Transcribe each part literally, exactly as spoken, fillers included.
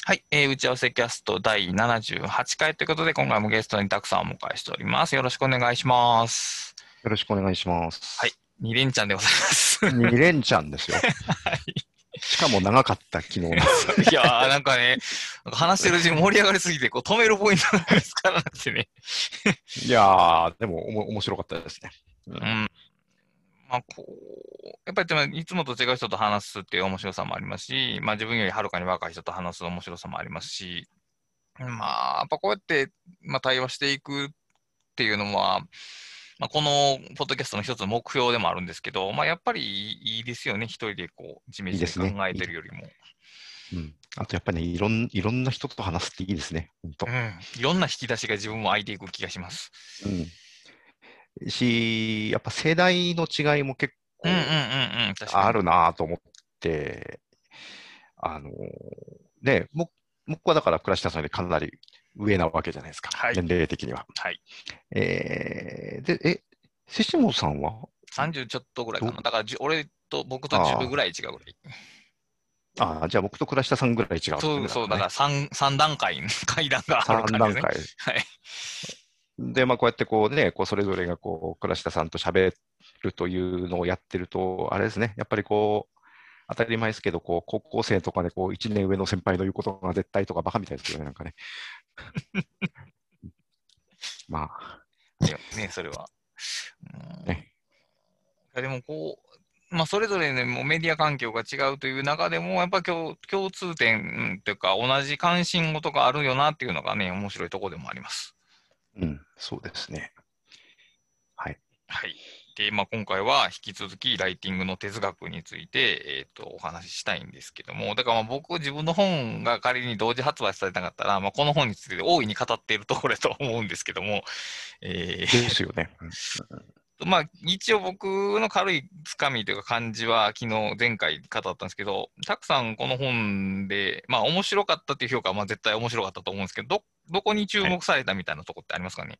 はい、えー打ち合わせキャストだいななじゅうはちかいということで、今回もゲストにたくさんお迎えしております。よろしくお願いします。 よろしくお願いしまはい、 す。 に連チャンでございます。 に連チャンですよ。 はい。 しかも長かった、昨日の。 そういやー、なんかね、なんか話してるうちに盛り上がりすぎて、こう止めるポイントが見つからなくてね。 いやー、でもおも面白かったですね。うん、 うん。まあ、こう、やっぱりでもいつもと違う人と話すっていう面白さもありますし、まあ自分よりはるかに若い人と話す面白さもありますし、まあ、やっぱこうやって、まあ、対話していくっていうのは、まあ、このポッドキャストの一つの目標でもあるんですけど、まあ、やっぱりいいですよね。一人でこう、じめじめ考いいですね。 えいいてるよりも。 うん。あとやっぱりね、いろん、いろんな人と話すっていいですね。本当。 うん。いろんな引き出しが自分も開いていく気がします。 うん。し、やっぱ世代の違いも結うんうん構うんうん。確かに。 あるなと思って、あのーね、僕、僕はだから倉下さんよりかなり上なわけじゃないですか。 はい。 年齢的には。 はい。 えー、で、え、瀬下さんはさんじゅうちょっとぐらいかど、 な。だからじ、俺と僕とじゅうぐあらい違うぐらい。 ああ、じゃあ僕と倉下さんぐらい違うんですね、 そうそう、だからだからね。 さん、三段階の階段がある 3 感じですね。 段階。 はい。 で、まあこうやってこうね、こうそれぞれがこう、倉下さんと喋るというのをやってると、あれですね、やっぱりこう、当たり前ですけど、こう、高校生とかでこう、いちねん上の先輩の言うことが絶対とかバカみたいですよね、なんかね。まあ、 いやね、それは。うん、いね。 やでもこう、まあ、それぞれね、もうメディア環境が違うという中でも、やっぱり共、共通点というか、同じ関心事があるよなっていうのがね、面白いところでもあります。 うん、そうですね。はい。 はい。で、まあ、今回は引き続きライティングの哲学について、えっと、お話ししたいんですけども、だからまあ僕、自分の本が仮に同時発売されなかったら、まあ、この本について大いに語っているところだと思うんですけども、えーですよね。うん、 まあ、一応僕の軽いつかみというか感じは昨日前回語ったんですけど、たくさんこの本で、まあ面白かったっていう評価はまあ絶対面白かったと思うんですけど、ど、どこに注はい。 目されたみたいなとこってありますかね？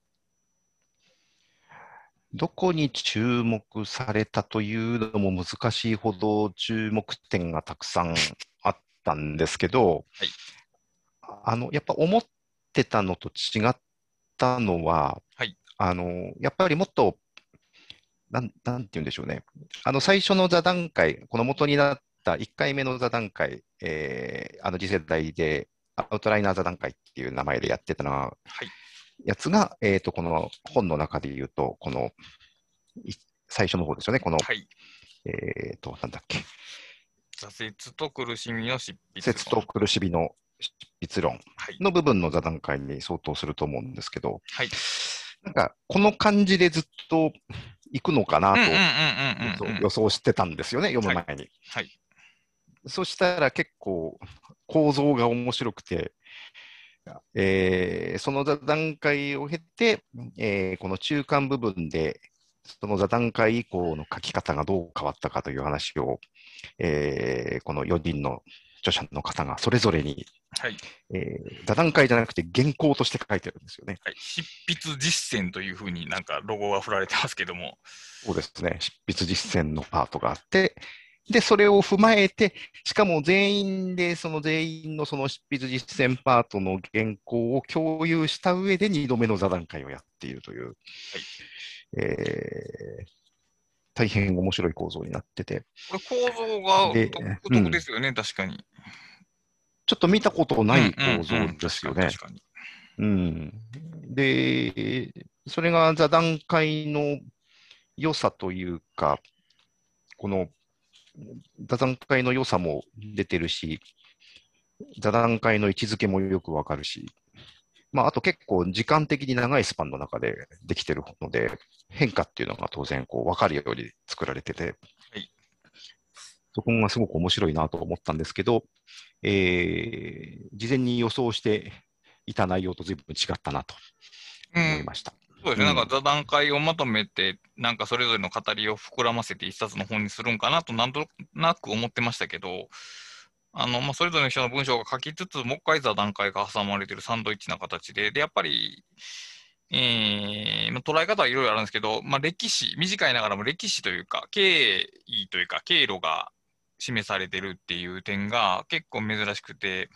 どこに注目されたというのも難しいほど注目点がたくさんあったんですけど、 はい。 あの、やっぱ思ってたのと違ったのは、 はい。 あの、やっぱりもっと、なん、なんて言うんでしょうね。あの、最初の座談会、この元になったいっかいめの座談会、えーあの次世代で、アウトライナー座談会っていう名前でやってたのはい。 やつが、えっと、この本の中で言うと、この、い最初の方ですよね。この、 はい。 えっと、なんだっけ。 挫折と苦しみの執筆論。 説と苦しみの執筆論はい。 の部分の座談会に相当すると思うんですけど、 はい。 なんか、この感じでずっと行くのかなうんうんうんうんと予うんうん。 想予想してたんですよね、読むはい。 前に。 はい。 そしたら結構構造が面白くて、えーその座談会を経て、えーこの中間部分で、その座談会以降の書き方がどう変わったかという話を、えーこのよにんの著者の方がそれぞれに、 はい。 えー座談会じゃなくて原稿として書いてるんですよね。 はい。執筆実践というふうになんかロゴが振られてますけども。 そうですね。執筆実践のパートがあって、で、それを踏まえて、しかも全員で、その全員のその執筆実践パートの原稿を共有した上でにどめの座談会をやっているという、 はい。 えー大変面白い構造になってて、 これ構造がで、 独うん、 特ですよね、確かに。 ちょっと見たことうんうない構造んうん。確かですよね。 に確かに。 うん。で、それが座談会の良さというか、この座談会の良さも出てるし、座談会の位置づけもよくわかるし、まあ、あと結構時間的に長いスパンの中でできてるので、変化っていうのが当然こう分かるように作られてて、 はい。 そこがすごく面白いなと思ったんですけど、えー事前に予想していた内容と随分違ったなとうん。 思いました。 そうですね。なんかうん。 座談会をまとめて、なんかそれぞれの語りを膨らませて一冊の本にするんかなとなんとなく思ってましたけど、あの、まあ、それぞれの人の文章が書きつつ、もう一回座談会が挟まれてるサンドイッチな形で、で、やっぱり、えーまあ、捉え方はいろいろあるんですけど、まあ、歴史、短いながらも歴史というか、経緯というか、経路が示されてるっていう点が結構珍しくて、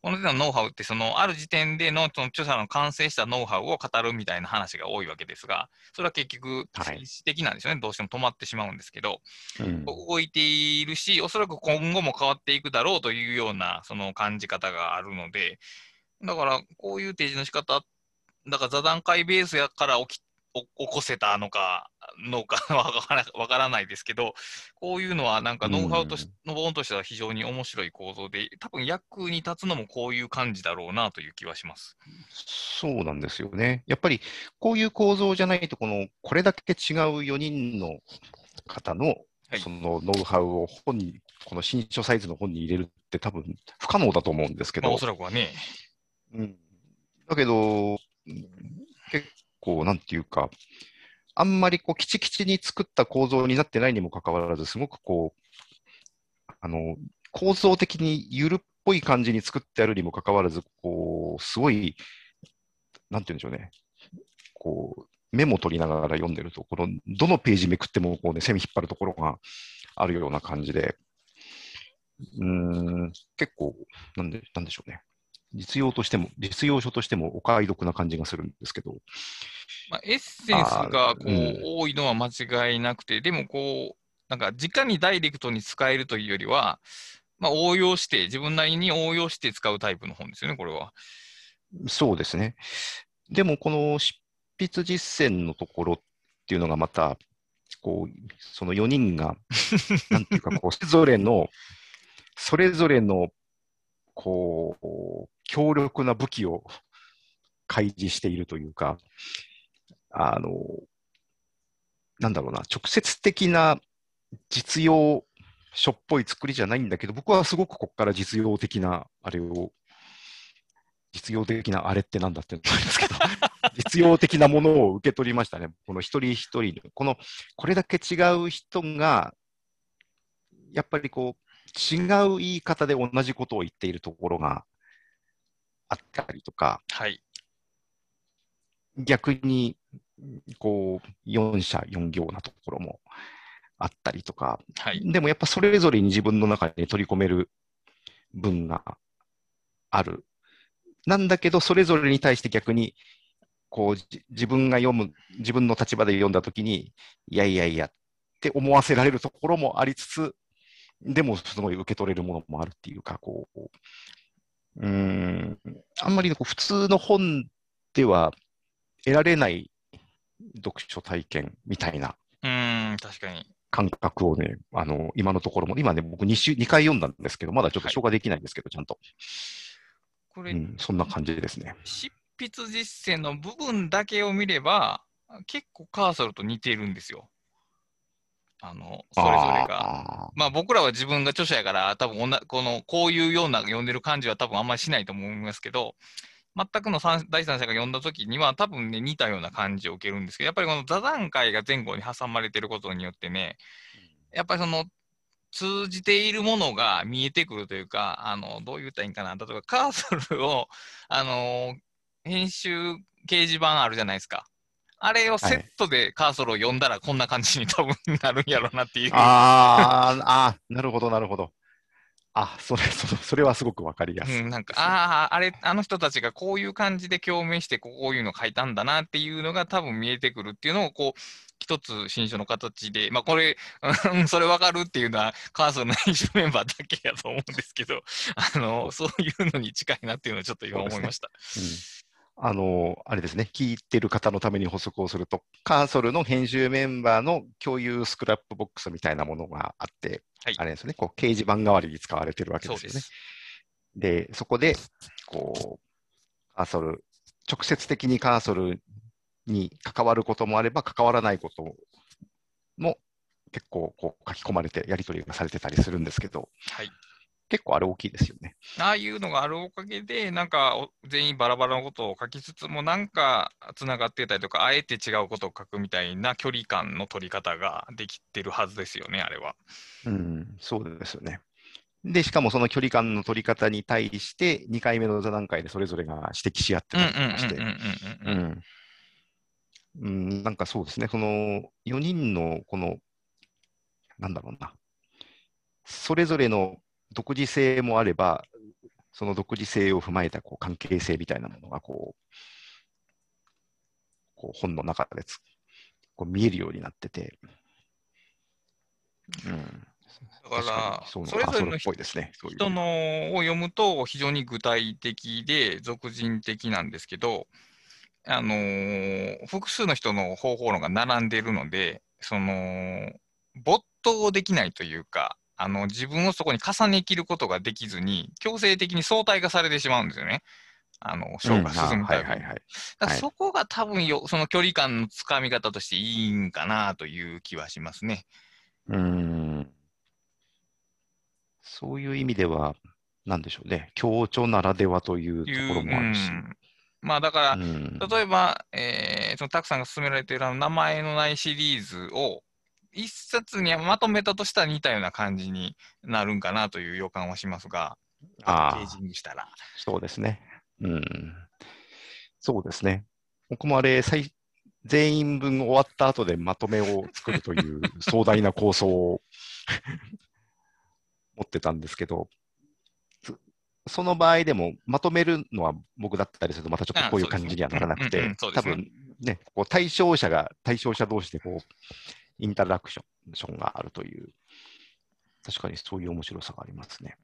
この手のノウハウって、その、ある時点での、その著者の完成したノウハウを語るみたいな話が多いわけですが、それは結局、 はい。 政治的なんですよね。どうしても止まってしまうんですけど、 うん。 動いているし、おそらく今後も変わっていくだろうというような、その感じ方があるので、だから、こういう提示の仕方、だから座談会ベースやから起き、お起こせたのか、のかわからわからないですけど、こういうのはなんかうノウハウとし、 ん。 の本としては非常に面白い構造で、多分役に立つのもこういう感じだろうなという気はします。 そうなんですよね。やっぱりこういう構造じゃないと、この、これだけ違うよにんの方のはい。 そのノウハウを本に、この新書サイズの本に入れるって多分不可能だと思うんですけまあおど、 そらくはね。 うん、だけど、結構なんていうか、あんまりこう、きちきちに作った構造になってないにもかかわらず、すごくこう、あの、構造的にゆるっぽい感じに作ってあるにもかかわらず、こう、すごい、なんて言うんでしょうね、こう、メモ取りながら読んでると、この、どのページめくっても、こうね、線引っ張るところがあるような感じで、うーん、結構、なんで、なんでしょうね。実用としても、実用書としてもお買い得な感じがするんですけど、 まあ、エッセンスあーがこううん、 多いのは間違いなくて、でもこう、なんか直にダイレクトに使えるというよりは、まあ、応用して、自分なりに応用して使うタイプの本ですよね、これは。 そうですね。でも、この執筆実践のところっていうのがまた、こう、そのよにんが、なんていうか、こう、それぞれの、それぞれの、こう、強力な武器を開示しているというか、あの、なんだろうな、直接的な実用書っぽい作りじゃないんだけど、僕はすごくここから実用的なあれを、実用的なあれってなんだって思うんですけど、実用的なものを受け取りましたね。この一人一人の、この、これだけ違う人が、やっぱりこう、違う言い方で同じことを言っているところがあったりとか、 はい。 逆に、こう、よん社よん行なところもあったりとか、 はい。 でもやっぱそれぞれに自分の中に取り込める文がある。なんだけど、それぞれに対して逆に、こう、じ自分が読む、自分の立場で読んだときに、いやいやいやって思わせられるところもありつつ、でもすごい受け取れるものもあるっていうか、こう、うーん、あんまりこう普通の本では得られない読書体験みたいなうーん、確かに。 感覚をね、あの、今のところも、今ね、僕に週、にかい読んだんですけど、まだちょっとはい。 消化できないんですけど、ちゃんと。 これ、 うん、そんな感じですね。 執筆実践の部分だけを見れば、結構カーソルと似ているんですよ。あの、それぞれあが。 あ、 まあ僕らは自分が著者やから、多分おな、この、こういうような読んでる感じは多分あんまりしないと思いますけど、全くの三第三者が読んだ時には多分ね、似たような感じを受けるんですけど、やっぱりこの座談会が前後に挟まれてることによってね、やっぱりその通じているものが見えてくるというか、あの、どう言ったらいいんかな。例えばカーソルを、あの、編集掲示板あるじゃないですか。あれをセッはい。 トでカーソルを読んだらこんな感じに多分なるんやろうなっていう。 あーあー、なるほど、なるほど。あ、それ、その、それはすごくわかりやすいうん、なんか、 ですね。 ああ、あれ、あの人たちがこういう感じで共鳴してこういうの書いたんだなっていうのが多分見えてくるっていうのを、こう、一つ新書の形で、まあこれ、うん、それわかるっていうのはカーソルの編集メンバーだけやと思うんですけど、あの、そういうのに近いなっていうのをちょっと今そうですね。 思いました。 うん。あの、あれですね、聞いてる方のために補足をすると、カーソルの編集メンバーの共有スクラップボックスみたいなものがあって、 はい、 あれですね、こう掲示板代わりに使われてるわけですよね。 そうです。 で、そこで、こう、カーソル、直接的にカーソルに関わることもあれば、関わらないことも結構こう書き込まれて、やり取りがされてたりするんですけど、 はい。 結構あれ大きいですよね。 ああいうのがあるおかげで、なんかお全員バラバラのことを書きつつも、なんかつながってたりとか、あえて違うことを書くみたいな距離感の取り方ができてるはずですよね、あれは。 うん、そうですよね。で、しかもその距離感の取り方に対して、にかいめの座談会でそれぞれが指摘し合ってうんうんたりうんうんうんとかして、 うんうん。 うん、うん、なんかそうですね、そのよにんのこの、なんだろうな、それぞれの独自性もあれば、 その独自性を踏まえたこう関係性みたいなものがこう、こう本の中でつこう見えるようになってて、うん、 だか確かにら、 その、 それあ、それっぞれの人ぽいですね、そういう意人味では。 のを読むと非常に具体的で俗人的なんですけど、あのー複数の人の方法論が並んでいるので、その、没頭できないというか、あの、自分をそこに重ね切ることができずに、強制的に相対化されてしまうんですよね。あの、章がうん、あ、 進むたびに。 はいはいはい。 だからはい。 そこが多分よ、その距離感のつかみ方としていいんかなという気はしますね。 うーん、そういう意味では、なんでしょうね、協調ならではというところいう、うもあるし、 ん。まあだかうら、 ん、 例えば、えーそのたくさんが勧められているあの名前のないシリーズを一冊にまとめたとしたら似たような感じになるんかなという予感はしますが、パッケージああ、 ングしたら。 そうですね。うん、そうですね。僕もあれ、最全員分終わった後でまとめを作るという壮大な構想を持ってたんですけど、つその場合でもまとめるのは僕だったりするとまたちょっとあ、 こういうそうですね。 感じにはならなうんうんうん、 くて、 そうですね。 多分ね、こう対象者が対象者同士でこうインタラクションがあるという、確かにそういう面白さがありますね。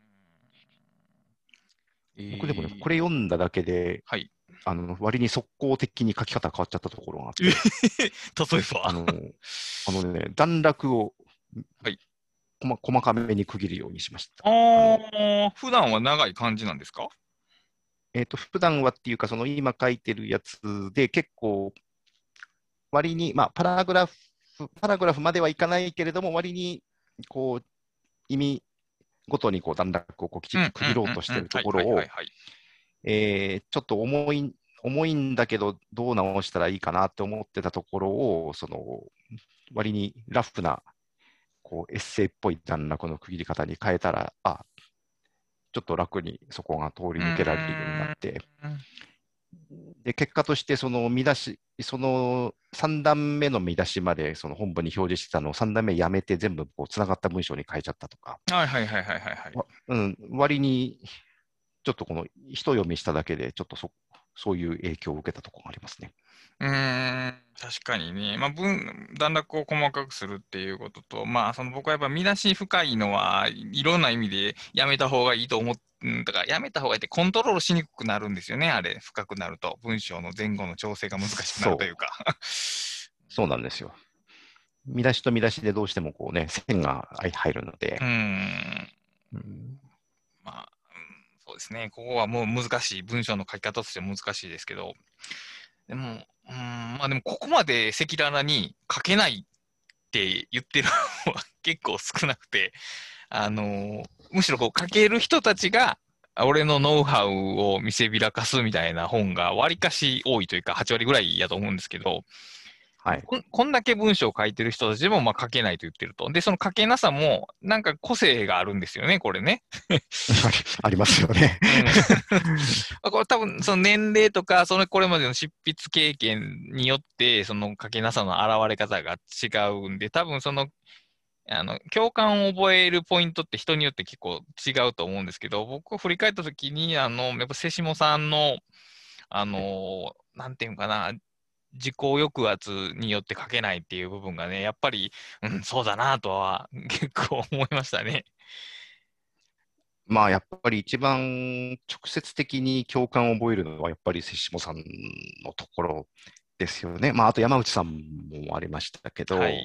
え僕でもね、こー、 れ読んだだけで、 はい。 あの割に速攻的に書き方変わっちゃったところがあっえて、 例えば。 あの、あのね、段落をはい。 細細かめに区切るようにしました。あの、 ああ、普段は長い感じなんですか？ えっと、普段はっていうか、その今書いてるやつで結構割に、まあ、パラグラフ、パラグラフまではいかないけれども、割にこう意味ごとにこう段落をこうきちうんうっと区切ろうんうんうん。 としているとはいころを、 はいはいはい。 えーちょっと重い、重いんだけど、どう直したらいいかなって思ってたところを、その割にラフなこうエッセイっぽい段落の区切り方に変えたら、あ、ちょっと楽にそこが通りう抜けられるようになっーん。 て、で結果としてその見出し、そのさん段目の見出しまでその本文に表示してたのをさん段目やめて全部こうつながった文章に変えちゃったとか、 はいはいはいはいはいはい。 わうん、割にちょっとこの一読みしただけで、ちょっとそそういう影響を受けたところがありますね。 うーん、確かにね。まあ、文、段落を細かくするっていうことと、まあ、その僕はやっぱ見出し深いのは、いろんな意味でやめた方がいいと思っうん、だからやめた方がいいってコントロールしにくくなるんですよね、あれ。深くなると。文章の前後の調整が難しくなるとそう、 いうか。 そうなんですよ。見出しと見出しでどうしてもこうね、線が入るのうーで、 ん、 うん、 まあ、うん、そうですね。ここはもう難しい。文章の書き方としては難しいですけど。でも、うーん、まあでもここまで赤裸々に書けないって言ってるのは結構少なくて、あのーむしろこう書ける人たちが、俺のノウハウを見せびらかすみたいな本が割かし多いというかはち割ぐらいやと思うんですけど、 はい。 こん、こんだけ文章を書いてる人たちでもまあ書けないと言ってると。で、その書けなさもなんか個性があるんですよね、これね。 ありますよね。 うん。これ多分その年齢とか、そのこれまでの執筆経験によって、その書けなさの現れ方が違うんで、多分そのあの、共感を覚えるポイントって人によって結構違うと思うんですけど、僕を振り返ったときに、あの、やっぱ瀬下さんの、あの、なんていうのかな、自己抑圧によって書けないっていう部分がね、やっぱり、うん、そうだなとは結構思いましたね。 まあ、やっぱり一番直接的に共感を覚えるのは、やっぱり瀬下さんのところですよね。まあ、あと山内さんもありましたけど、 はい。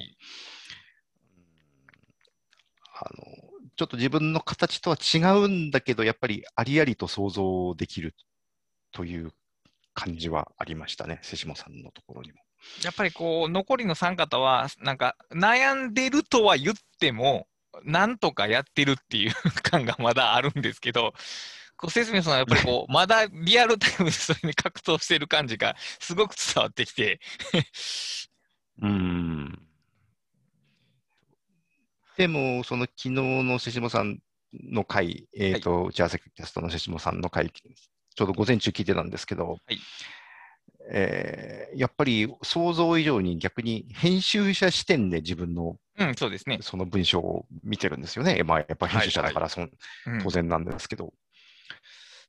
あの、ちょっと自分の形とは違うんだけど、やっぱりありありと想像できるという感じはありましたね、瀬下さんのところにも。 やっぱりこう、残りのさん方は、なんか、悩んでるとは言っても、なんとかやってるっていう感がまだあるんですけど、こう、セスミさんはやっぱりこう、まだリアルタイムでそれに格闘してる感じがすごく伝わってきて、 うーん。でも、その昨日の瀬下さんの回、えっはい、 と、打ち合わせキャストの瀬下さんの回、ちょうど午前中聞いてたんですけど、 はい。 えーやっぱり想像以上に逆に編集者視点で自分のうん、そうですね。 その文章を見てるんですよね。まあ、やっぱ編はい、はい。 集者だからそんうん。 当然なんですけど、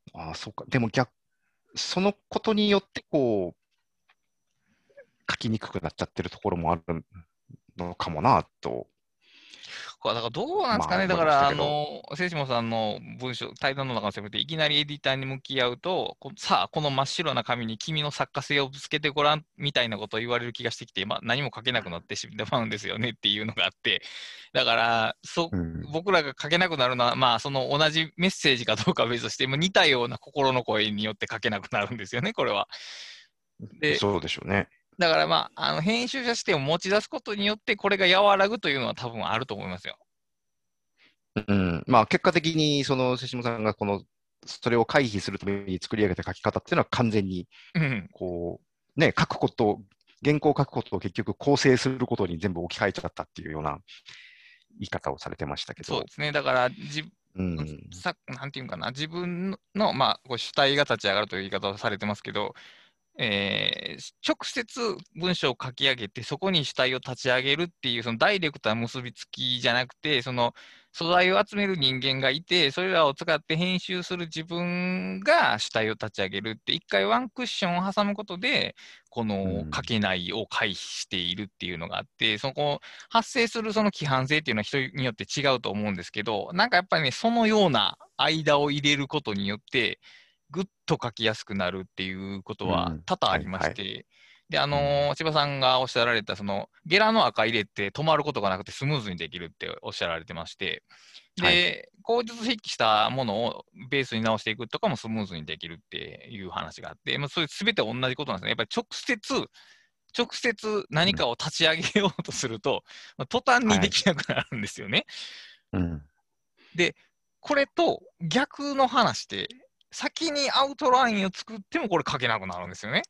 ああ、そうか。でも逆、そのことによって、こう、書きにくくなっちゃってるところもあるのかもな、と、 これだからどうなんですかね。だまあ思いから、 ましたけど。 あの、瀬下さんの文章、対談の中のセリフでいきなりエディターに向き合うと、こさあ、この真っ白な紙に君の作家性をぶつけてごらんみたいなことを言われる気がしてきて、まあ、何も書けなくなってしまうんですよねっていうのがあって、だから、そ、 うん。 僕らが書けなくなるのは、まあ、その同じメッセージかどうかは別として、まあ、似たような心の声によって書けなくなるんですよね、これは。で、 そうでしょうね。 だからまあ、あの編集者視点を持ち出すことによって、これが和らぐというのは多分あると思いますよ。 うん。まあ、結果的に、その、瀬下さんが、この、それを回避するために作り上げた書き方っていうのは完全に、 うん。 こう、ね、書くこと、原稿を書くことを結局構成することに全部置き換えちゃったっていうような言い方をされてましたけど、 そうですね。だから、じ、 うん。 さ、なんていうかな、自分の、まあ、こう主体が立ち上がるという言い方をされてますけど、えー直接文章を書き上げて、そこに主体を立ち上げるっていう、そのダイレクトな結びつきじゃなくて、その素材を集める人間がいて、それらを使って編集する自分が主体を立ち上げるって、一回ワンクッションを挟むことで、この書うん。 けないを回避しているっていうのがあって、そこ、発生するその規範性っていうのは人によって違うと思うんですけど、なんかやっぱりね、そのような間を入れることによって、ぐっと書きやすくなるっていうことはうん。 多々ありはい、はい。 まして、で、あうん。 のー千葉さんがおっしゃられた、その、ゲラの赤入れって止まることがなくてスムーズにできるっておっしゃられてまして、 はい。 で、口述筆記したものをベースに直していくとかもスムーズにできるっていう話があって、まあ、それすべて同じことなんですね。やっぱり直接、直接うん。 何かを立ち上げようとすると、まあ、途端にはい。 できなくなるんですよね。 うん。 で、これと逆の話で、先にアウトラインを作ってもこれ書けなくなるんですよね。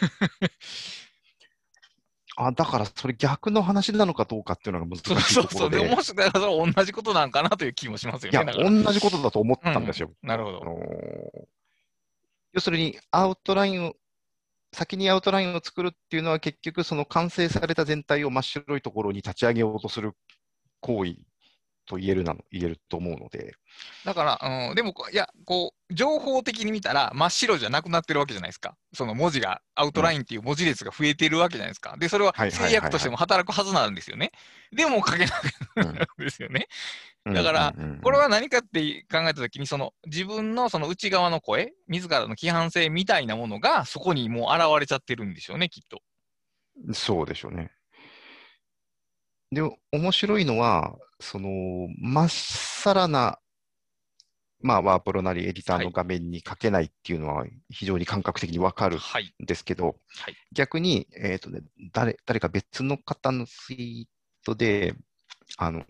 あ、だからそれ逆の話なのかどうかっていうのがそう難しいそうそう。で、 ところで、 面白い。だからそれ同じことなんかなという気もしますよね。 いや、 だから。 同じことだと思っうん。 たんですよ。 なるほど。 あの要するに、アウトラインを、先にアウトラインを作るっていうのは結局その完成された全体を真っ白いところに立ち上げようとする行為と言えるなの、言えると思うので、 だから、うん、でも、いや、こう、情報的に見たら真っ白じゃなくなってるわけじゃないですか。その文字が、アウトうん。 ラインっていう文字列が増えてるわけじゃないですか。で、それははいは制いはいはい。 約としても働くはずなんですよね。でも書けなくうん。 なるんですよね。 うんうんうんだから、これうん。 は何かって考えたときに、その自分のその内側の声、自らの規範性みたいなものがそこにもう現れちゃってるんでしょうね、きっと。 そうでしょうね。で、面白いのは、その、まっさらな、まあ、ワープロなりエディターはい。 の画面に書けないっていうのは非常に感覚的にわかるはい。 んですけど、 はい。 逆に、えっとね、誰、誰か別の方のツイートで、あの、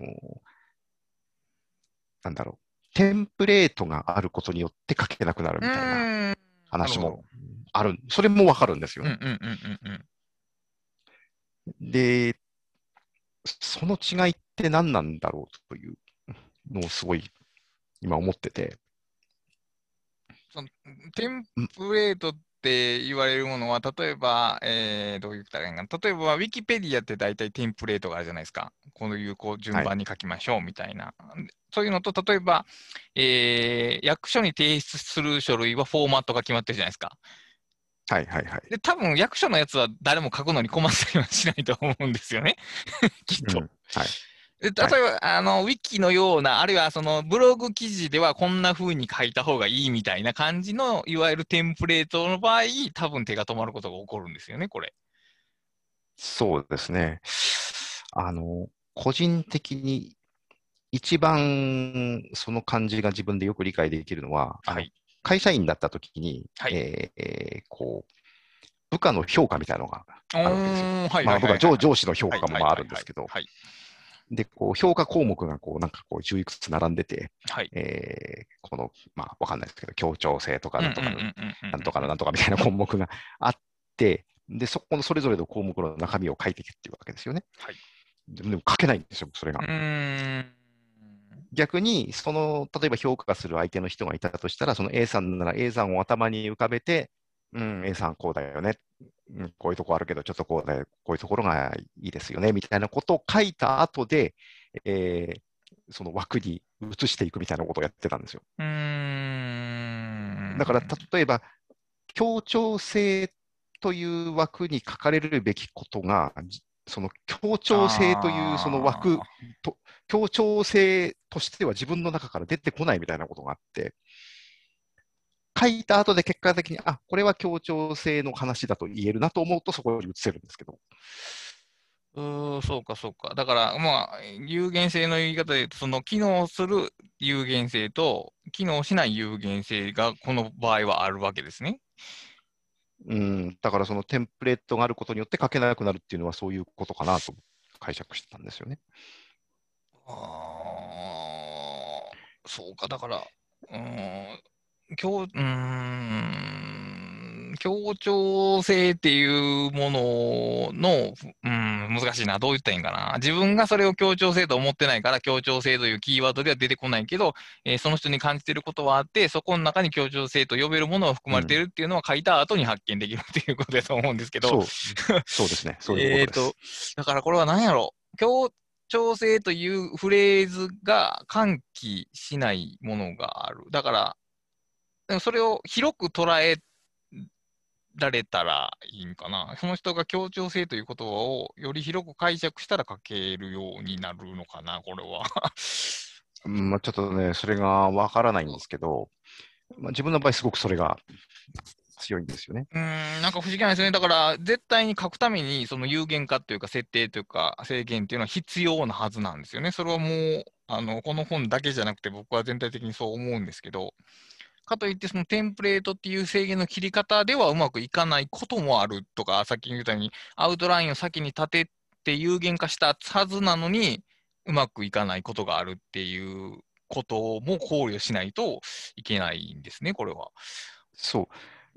なんだろう、テンプレートがあることによって書けなくなるうみたいなーん。なる話もほど。 ある。それもわかるんですよね。 うんうんうんうんうん。 で、その違いって何なんだろうというのをすごい今思ってて、 そのテンんプレートって言われるものは、例えば、えー、どう言ったらいいかな。例えば、ウィキペディアって大体テンプレートがあるじゃないですか。こういうこう順はい、 番に書きましょうみたいな。そういうのと、例えば、えー、役所に提出する書類はフォーマットが決まってるじゃないですか。 はい、はい、はい。 で、多分役所のやつは誰も書くのに困ったりはしないと思うんですよね。きっと。 うん、はい、 で例はい。 えば、あの、ウィキのような、あるいはそのブログ記事ではこんな風に書いた方がいいみたいな感じの、いわゆるテンプレートの場合、多分手が止まることが起こるんですよね、これ。 そうですね。あの、個人的に一番その感じが自分でよく理解できるのは、あの、 はい。 会社員だった時に、 はい。 えーえーこう、部下の評価みたいなのがおあるわけですよ。 ー、はいまあ、 はいはいはいはい。 僕は上、上司の評はいはい価もまああはいはい。 るんですけど、 はい。 で、こう、評価項目がこう、なんかこう、じゅういくつ並んでて、 はい。 えーこの、まあ、わかんないですけど、協調性とか、 うんうんなんとかの、 うんうんうんなんとかの、なんとかみたいな項目があって、で、そこのそれぞれの項目の中身を書いていけっていうわけですよね。 はい。 でも、でも書けないんですよ、それうが。 ーん。 逆に、その、例えば評価する相手の人がいたとしたら、その A さんなら A さんを頭に浮かべて、うん、A さんこうだよね。うん、こういうとこあるけど、ちょっとこうだよ、こういうところがいいですよね、みたいなことを書いた後で、えーその枠に移していくみたいなことをやってたんですよ。 うーだから例えば、協調性という枠に書かれるべきことが、その協調性というその枠あと、協調性としては自分の中から出てこないみたいなことがあって、書いた後で結果的に、あ、これは協調性の話だと言えるなと思うと、そこに移せるんですけど。 うーん、そうか、そうか。だから、まあ、有限性の言い方で言うと、その機能する有限性と、機能しない有限性が、この場合はあるわけですね。 うん、だからそのテンプレートがあることによって書けなくなるっていうのはそういうことかなと解釈してたんですよね。 ああ、そうか、だから、うーん、協、うーん、協調性っていうものの、うん、難しいな。どう言ったらいいんかな。自分がそれを協調性と思ってないから、協調性というキーワードでは出てこないけど、えーその人に感じていることはあって、そこの中に協調性と呼べるものが含まれていうん。 るっていうのは書いた後に発見できるっていうことだと思うんですけど、 そう、そうですね。そういうこえっと、 とです。 だからこれは何やろ協調性というフレーズが喚起しないものがある。だから、でもそれを広く捉えられたらいいんかな。その人が協調性という言葉をより広く解釈したら書けるようになるのかな、これは。 うんまあ、ちょっとね、それがわからないんですけど、まあ、自分の場合すごくそれが強いんですよね。 うーん、なんか不思議なんですよね。だから、絶対に書くために、その有限化というか、設定というか、制限っていうのは必要なはずなんですよね。それはもう、あの、この本だけじゃなくて、僕は全体的にそう思うんですけど、かといって、そのテンプレートっていう制限の切り方ではうまくいかないこともあるとか、さっき言ったように、アウトラインを先に立てて有限化したはずなのに、うまくいかないことがあるっていうことも考慮しないといけないんですね、これは。 そう。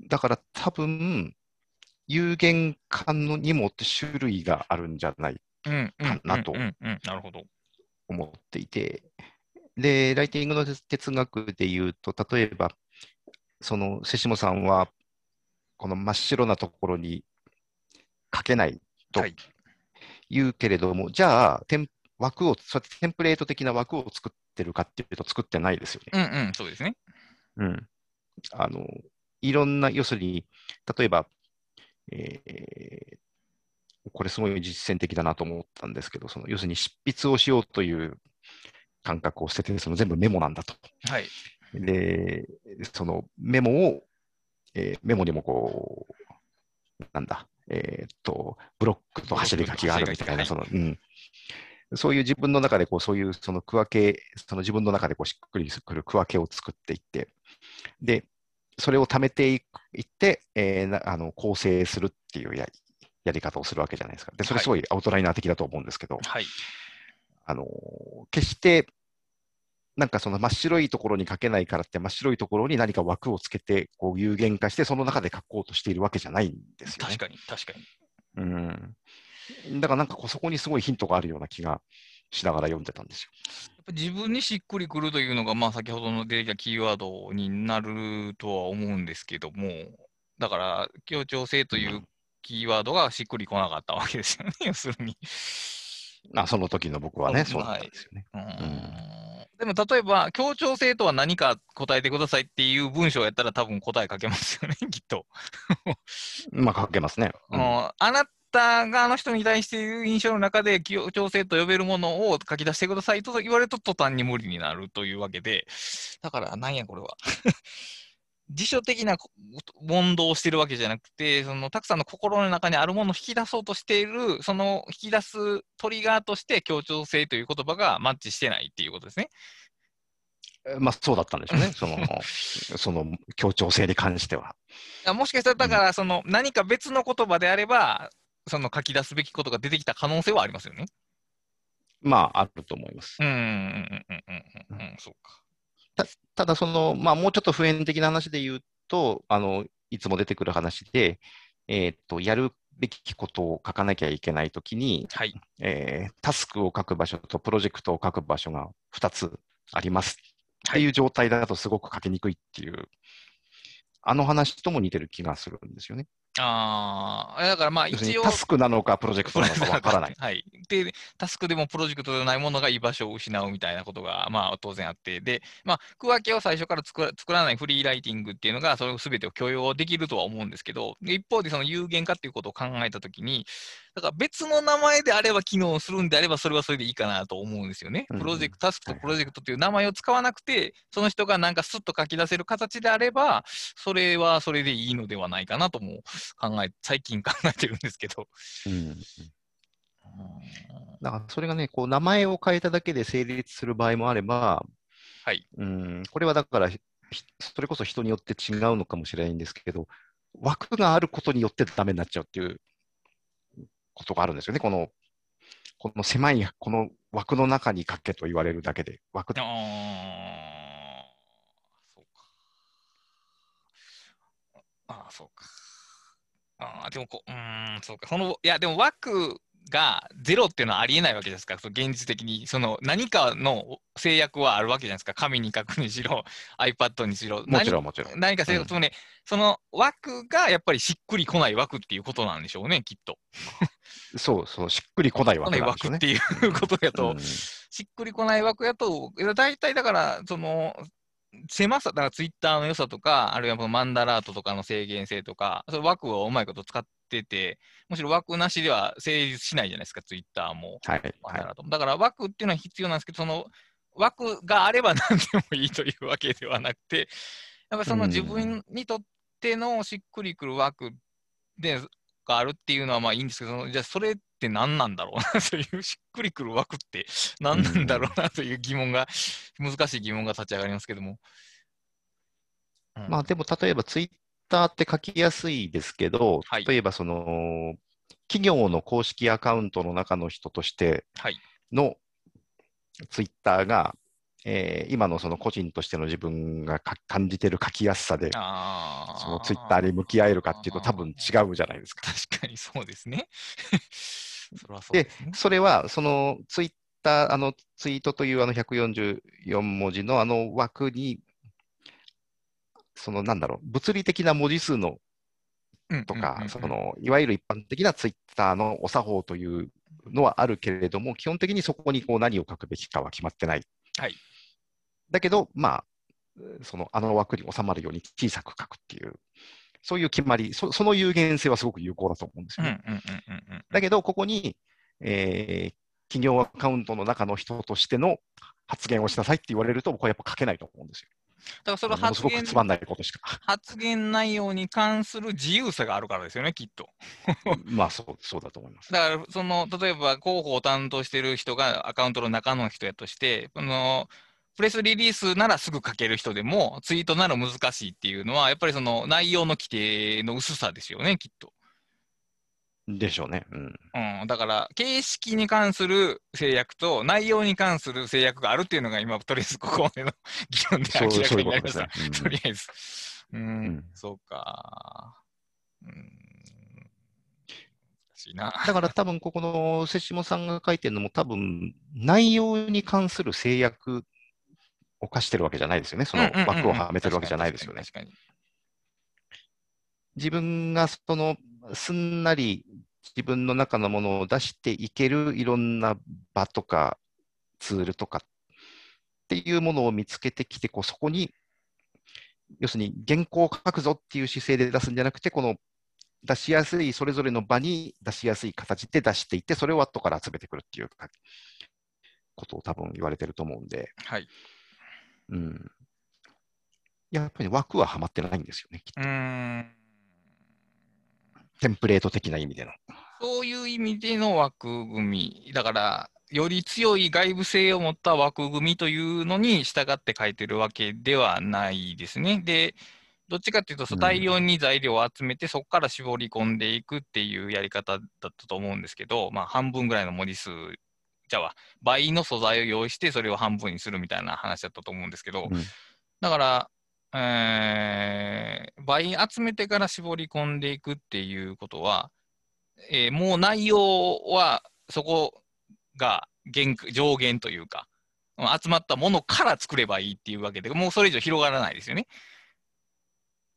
だから多分、有限化のにも種類があるんじゃないうん、うん、うん、うかなとん、うん。なるほど。 思っていて、で、ライティングの哲学で言うと、例えば、その、瀬下さんは、この真っ白なところに書けないとはい。 言うけれども、じゃあ、テン枠を、そうやってテンプレート的な枠を作ってるかっていうと、作ってないですよね。 うん、うん、そうですね。 うん。あの、いろんな、要するに、例えば、えーこれすごい実践的だなと思ったんですけど、その要するに執筆をしようという感覚を捨てて、その全部メモなんだと。 はい。 で、そのメモを、えーメモにもこう、なんだ、えーっと、ブロックとブロックと走り書きがあ走り書きが、 るみたいな、 はい。 その、うん、そういう自分の中でこう、そういうその区分け、その自分の中でこうしっくりくる区分けを作っていって、で、それを貯めていって、えーなあの構成するっていうやりやり方をするわけじゃないですか。で、それはい。 すごいアウトライナー的だと思うんですけど、 はい。 あの決してなんかその真っ白いところに書けないからって真っ白いところに何か枠をつけてこう有限化してその中で書こうとしているわけじゃないんですよね。 確かに、確かに。 うん。だからなんかこうそこにすごいヒントがあるような気がしながら読んでたんですよ。 やっぱ自分にしっくりくるというのが、まあ、先ほどの出てきたキーワードになるとは思うんですけども、だから、協調性といううん。 キーワードがしっくりこなかったわけですよね、要するに。 まあその時の僕はその、 ね、そうだっはい。 たんですよね。 うーうん。 んでも、例えば、協調性とは何か答えてくださいっていう文章をやったら多分答え書けますよね、きっと。 まあ書けますね。うん。 ああなたがあの人に対している印象の中で協調性と呼べるものを書き出してくださいと言われると途端に無理になるというわけで、だからなんやこれは。辞書的なこ問答をしているわけじゃなくて、そのたくさんの心の中にあるものを引き出そうとしている、その引き出すトリガーとして協調性という言葉がマッチしてないっていうことですね。 まあそうだったんでしょうね。その、その協調性に関しては。 もしかしたら、だうん。 からその何か別の言葉であれば、その書き出すべきことが出てきた可能性はありますよね。 まああると思います。 うん、うん、うん、うん、うん、うん、うんそうか。 たただ、その、まあ、もうちょっと普遍的な話で言うと、あの、いつも出てくる話で、えーっと、やるべきことを書かなきゃいけないときに、 はい。 えータスクを書く場所とプロジェクトを書く場所がふたつありますっはい。 ていう状態だとすごく書きにくいっていう、あの話とも似てる気がするんですよね。 ああ、だからまあ要するに一応、 タスクなのかプロジェクトなのかプラスわからない。 はい。で、タスクでもプロジェクトでないものが居場所を失うみたいなことが、まあ当然あって、で、まあ区分けを最初から作ら、作らないフリーライティングっていうのが、それを全てを許容できるとは思うんですけど、で一方でその有限化っていうことを考えたときに、だから別の名前であれば機能するんであれば、それはそれでいいかなと思うんですよね。 うんうん。 プロジェクト、タスクとはいはい。 プロジェクトっていう名前を使わなくて、その人がなんかスッと書き出せる形であれば、それはそれでいいのではないかなとも考え、最近考えてるんですけど。 うん。 うん、 だからそれがね、こう名前を変えただけで成立する場合もあれば、 はい。 うん、これはだからひそれこそ人によって違うのかもしれないんですけど、枠があることによってダメになっちゃうっていうことがあるんですよね。この、この狭い、この枠の中に書けと言われるだけで、枠、 ああ、そうか。ああ、そうか。ああ、でもこう、うーん、そうか。その、いや、でも枠がゼロっていうのはありえないわけですから、その現実的に、その何かの制約はあるわけじゃないですか。紙に書くにしろ、iPad にしろ、 もち何、 ろんもちろん。 何か制約、つうん。 まりね、その枠がやっぱりしっくりこない枠っていうことなんでしょうね、きっと。 そうそう、しっくりこない来ない枠なんでしょうね。 枠っていううんことやと、 うん。 しっくりこない枠やと、大体だから、その、狭さ、だからツイッターの良さとか、あるいはこのマンダラートとかの制限性とか、その枠をうまいこと使ってて、むしろ枠なしでは成立しないじゃないですか、ツイッターも、 はい、はい。 マンダラートも。だから枠っていうのは必要なんですけど、その枠があれば何でもいいというわけではなくて、やっぱりうその自ん。 分にとってのしっくりくる枠で、があるっていうのはまあいいんですけど、じゃあそれって何なんだろうなという、しっくりくる枠ってう何なんだろん。 うなという疑問が、難しい疑問が立ち上がりますけども。うん、 まあでも、例えばツイッターって書きやすいですけど、 はい、 例えばその、企業の公式アカウントの中の人としてはい。 のツイッターが、えー今のその個人としての自分がか感じている書きやすさで、そのツイッターに向き合えるかっていうと多分あ違うじゃないですか。 ー、確かにそうですね。それはそうで、 ですね。 それはそのツイッター、あのツイートというあのひゃくよんじゅうよん文字のあの枠に、そのなんだろう、物理的な文字数のうんうんうとか、 んうん。 そのいわゆる一般的なツイッターのお作法というのはあるけれども、基本的にそこにこう何を書くべきかは決まってない。 はい。 だけど、まあ、そのあの枠に収まるように小さく書くっていう、そういう決まり、そその有限性はすごく有効だと思うんですよね。 うんうんうんうんうんうん。 だけど、ここに、えー企業アカウントの中の人としての発言をしなさいって言われると、僕はやっぱ書けないと思うんですだからそれよ。ものす発言、 ごくつまんないことしか。 発言内容に関する自由さがあるからですよね、きっと。 まあそう、そうだと思います。 だから、その、例えば広報を担当している人がアカウントの中の人やとして、あの、プレスリリースならすぐ書ける人でも、ツイートなら難しいっていうのは、やっぱりその内容の規定の薄さですよね、きっと。 でしょうね。うん。 うん、だから、形式に関する制約と内容に関する制約があるっていうのが今、とりあえずここまでの議論でそう、 明らそうかになりました。 いうことですね。うとん。 りあえず。うん、 うん。 そうか。うん、難しいな。 だから多分ここの瀬下さんが書いてるのも多分内容に関する制約を課してるわけじゃないですよね。そうんうんの枠をうんうん。 はめてるわけじ確かに確かゃないですよね。 に確かに。 自分がそのすんなり自分の中のものを出していけるいろんな場とかツールとかっていうものを見つけてきて、こうそこに要するに原稿を書くぞっていう姿勢で出すんじゃなくて、この出しやすいそれぞれの場に出しやすい形で出していって、それを後から集めてくるっていうことを多分言われてると思うんで、 はい。 うん、やっぱり枠ははまってないんですよね、きっうーと。 ん。 テンプレート的な意味での。 そういう意味での枠組み。だから、より強い外部性を持った枠組みというのに従って書いてるわけではないですね。で、どっちかっていうと、そう大うん、 量に材料を集めて、そこから絞り込んでいくっていうやり方だったと思うんですけど、まあ、半分ぐらいの文字数、じゃあ、倍の素材を用意して、それを半分にするみたいな話だったと思うんですけど、 うん、 だから、えー倍集めてから絞り込んでいくっていうことは、えーもう内容はそこが限上限というか、集まったものから作ればいいっていうわけで、もうそれ以上広がらないですよね。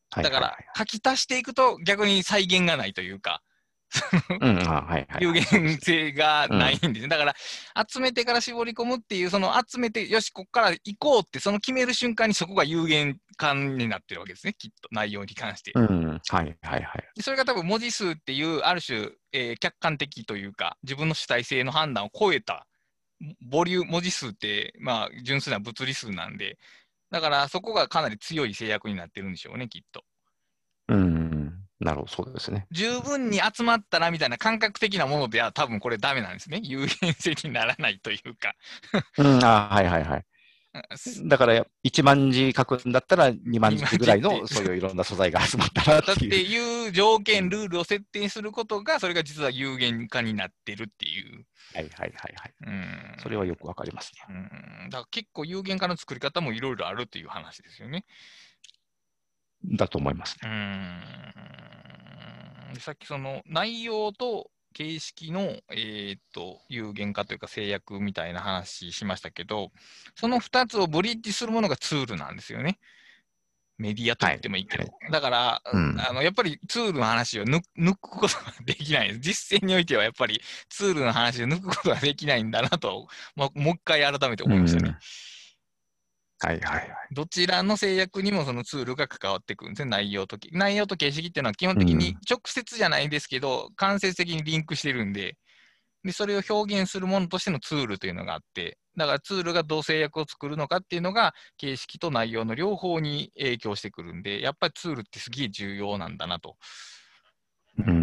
はいはいはい。 だから書き足していくと逆に再現がないというか、 うん、あ、はいはい有はい。そうです限性がね。うん。 ないんですね。だから、集めてから絞り込むっていう、その集めて、よし、ここから行こうって、その決める瞬間にそこが有限感になってるわけですね、きっと、内容に関して。 うん。はいはいはい。 それが多分文字数っていう、ある種、えー客観的というか、自分の主体性の判断を超えた、ボリューム、文字数って、まあ、純粋な物理数なんで、だからそこがかなり強い制約になってるんでしょうね、きっと。 うん。なるほど、そうですね。 十分に集まったらみたいな感覚的なものでは多分これダメなんですね。有限性にならないというか。 うん、あ、はいはいはい。だから、いちまん字書くんだったらにまんに字ぐらい混じって、 のそういういろんな素材が集まったらっだっていう。 ていう条件、 うん、 ルールを設定することが、それが実は有限化になってるっていう。 はいはいはいはい。 うん。 それはよくわかりますね。 うん。だから結構有限化の作り方もいろいろあるっていう話ですよね。 だと思いますうね。 ん。さっきその内容と形式の、えーっと、有限化というか制約みたいな話しましたけど、そのふたつをブリッジするものがツールなんですよね。メディアと言っはい。 てもいいけど。 はい。 だから、 うん。 あの、やっぱりツールの話を抜抜くことができないです。実践においてはやっぱりツールの話を抜くことができないんだなと、もうもう一回改めてう思いましたね。 ん。はいはいはい。 どちらの制約にもそのツールが関わってくるんですね。内容とき、内容と形式っていうのは基本的にうん。 直接じゃないですけど、間接的にリンクしてるんで、で、それを表現するものとしてのツールというのがあって、だからツールがどう制約を作るのかっていうのが、形式と内容の両方に影響してくるんで、やっぱりツールってすげえ重要なんだなと。うん。 うん。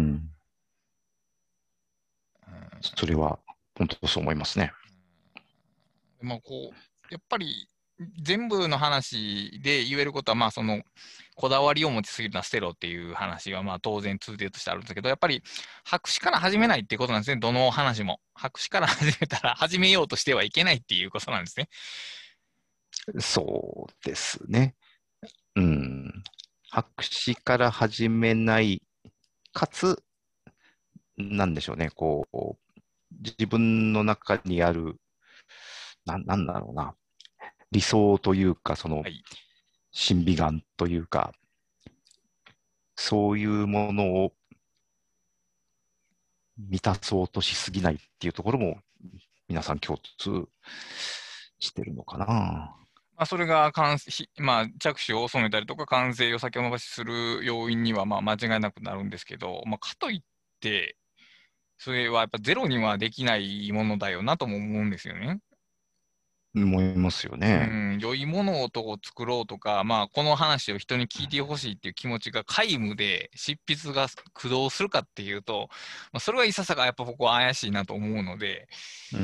それは、本当そう思いますね。 うん、まあ、こう、やっぱり全部の話で言えることは、まあ、その、こだわりを持ちすぎるのは捨てろっていう話は、まあ、当然通底としてあるんですけど、やっぱり白紙から始めないっていうことなんですね。どの話も。白紙から始めたら、始めようとしてはいけないっていうことなんですね。 そうですね。うん。白紙から始めない、かつ、なんでしょうね、こう、自分の中にある、な、なんだろうな、理想というか、その、 はい。 審美眼というか、そういうものを満たそうとしすぎないっていうところも、皆さん共通してるのかな。 まあ、それが完成、ひまあ、着手を遅めたりとか、完成を先延ばしする要因には、まあ、間違いなくなるんですけど、まあ、かといって、それはやっぱゼロにはできないものだよなとも思うんですよね。 思いますようね。 ん、良いものをと作ろうとか、まあ、この話を人に聞いてほしいっていう気持ちが皆無で執筆が駆動するかっていうと、まあ、それはいささかやっぱ僕は怪しいなと思うので、 うん。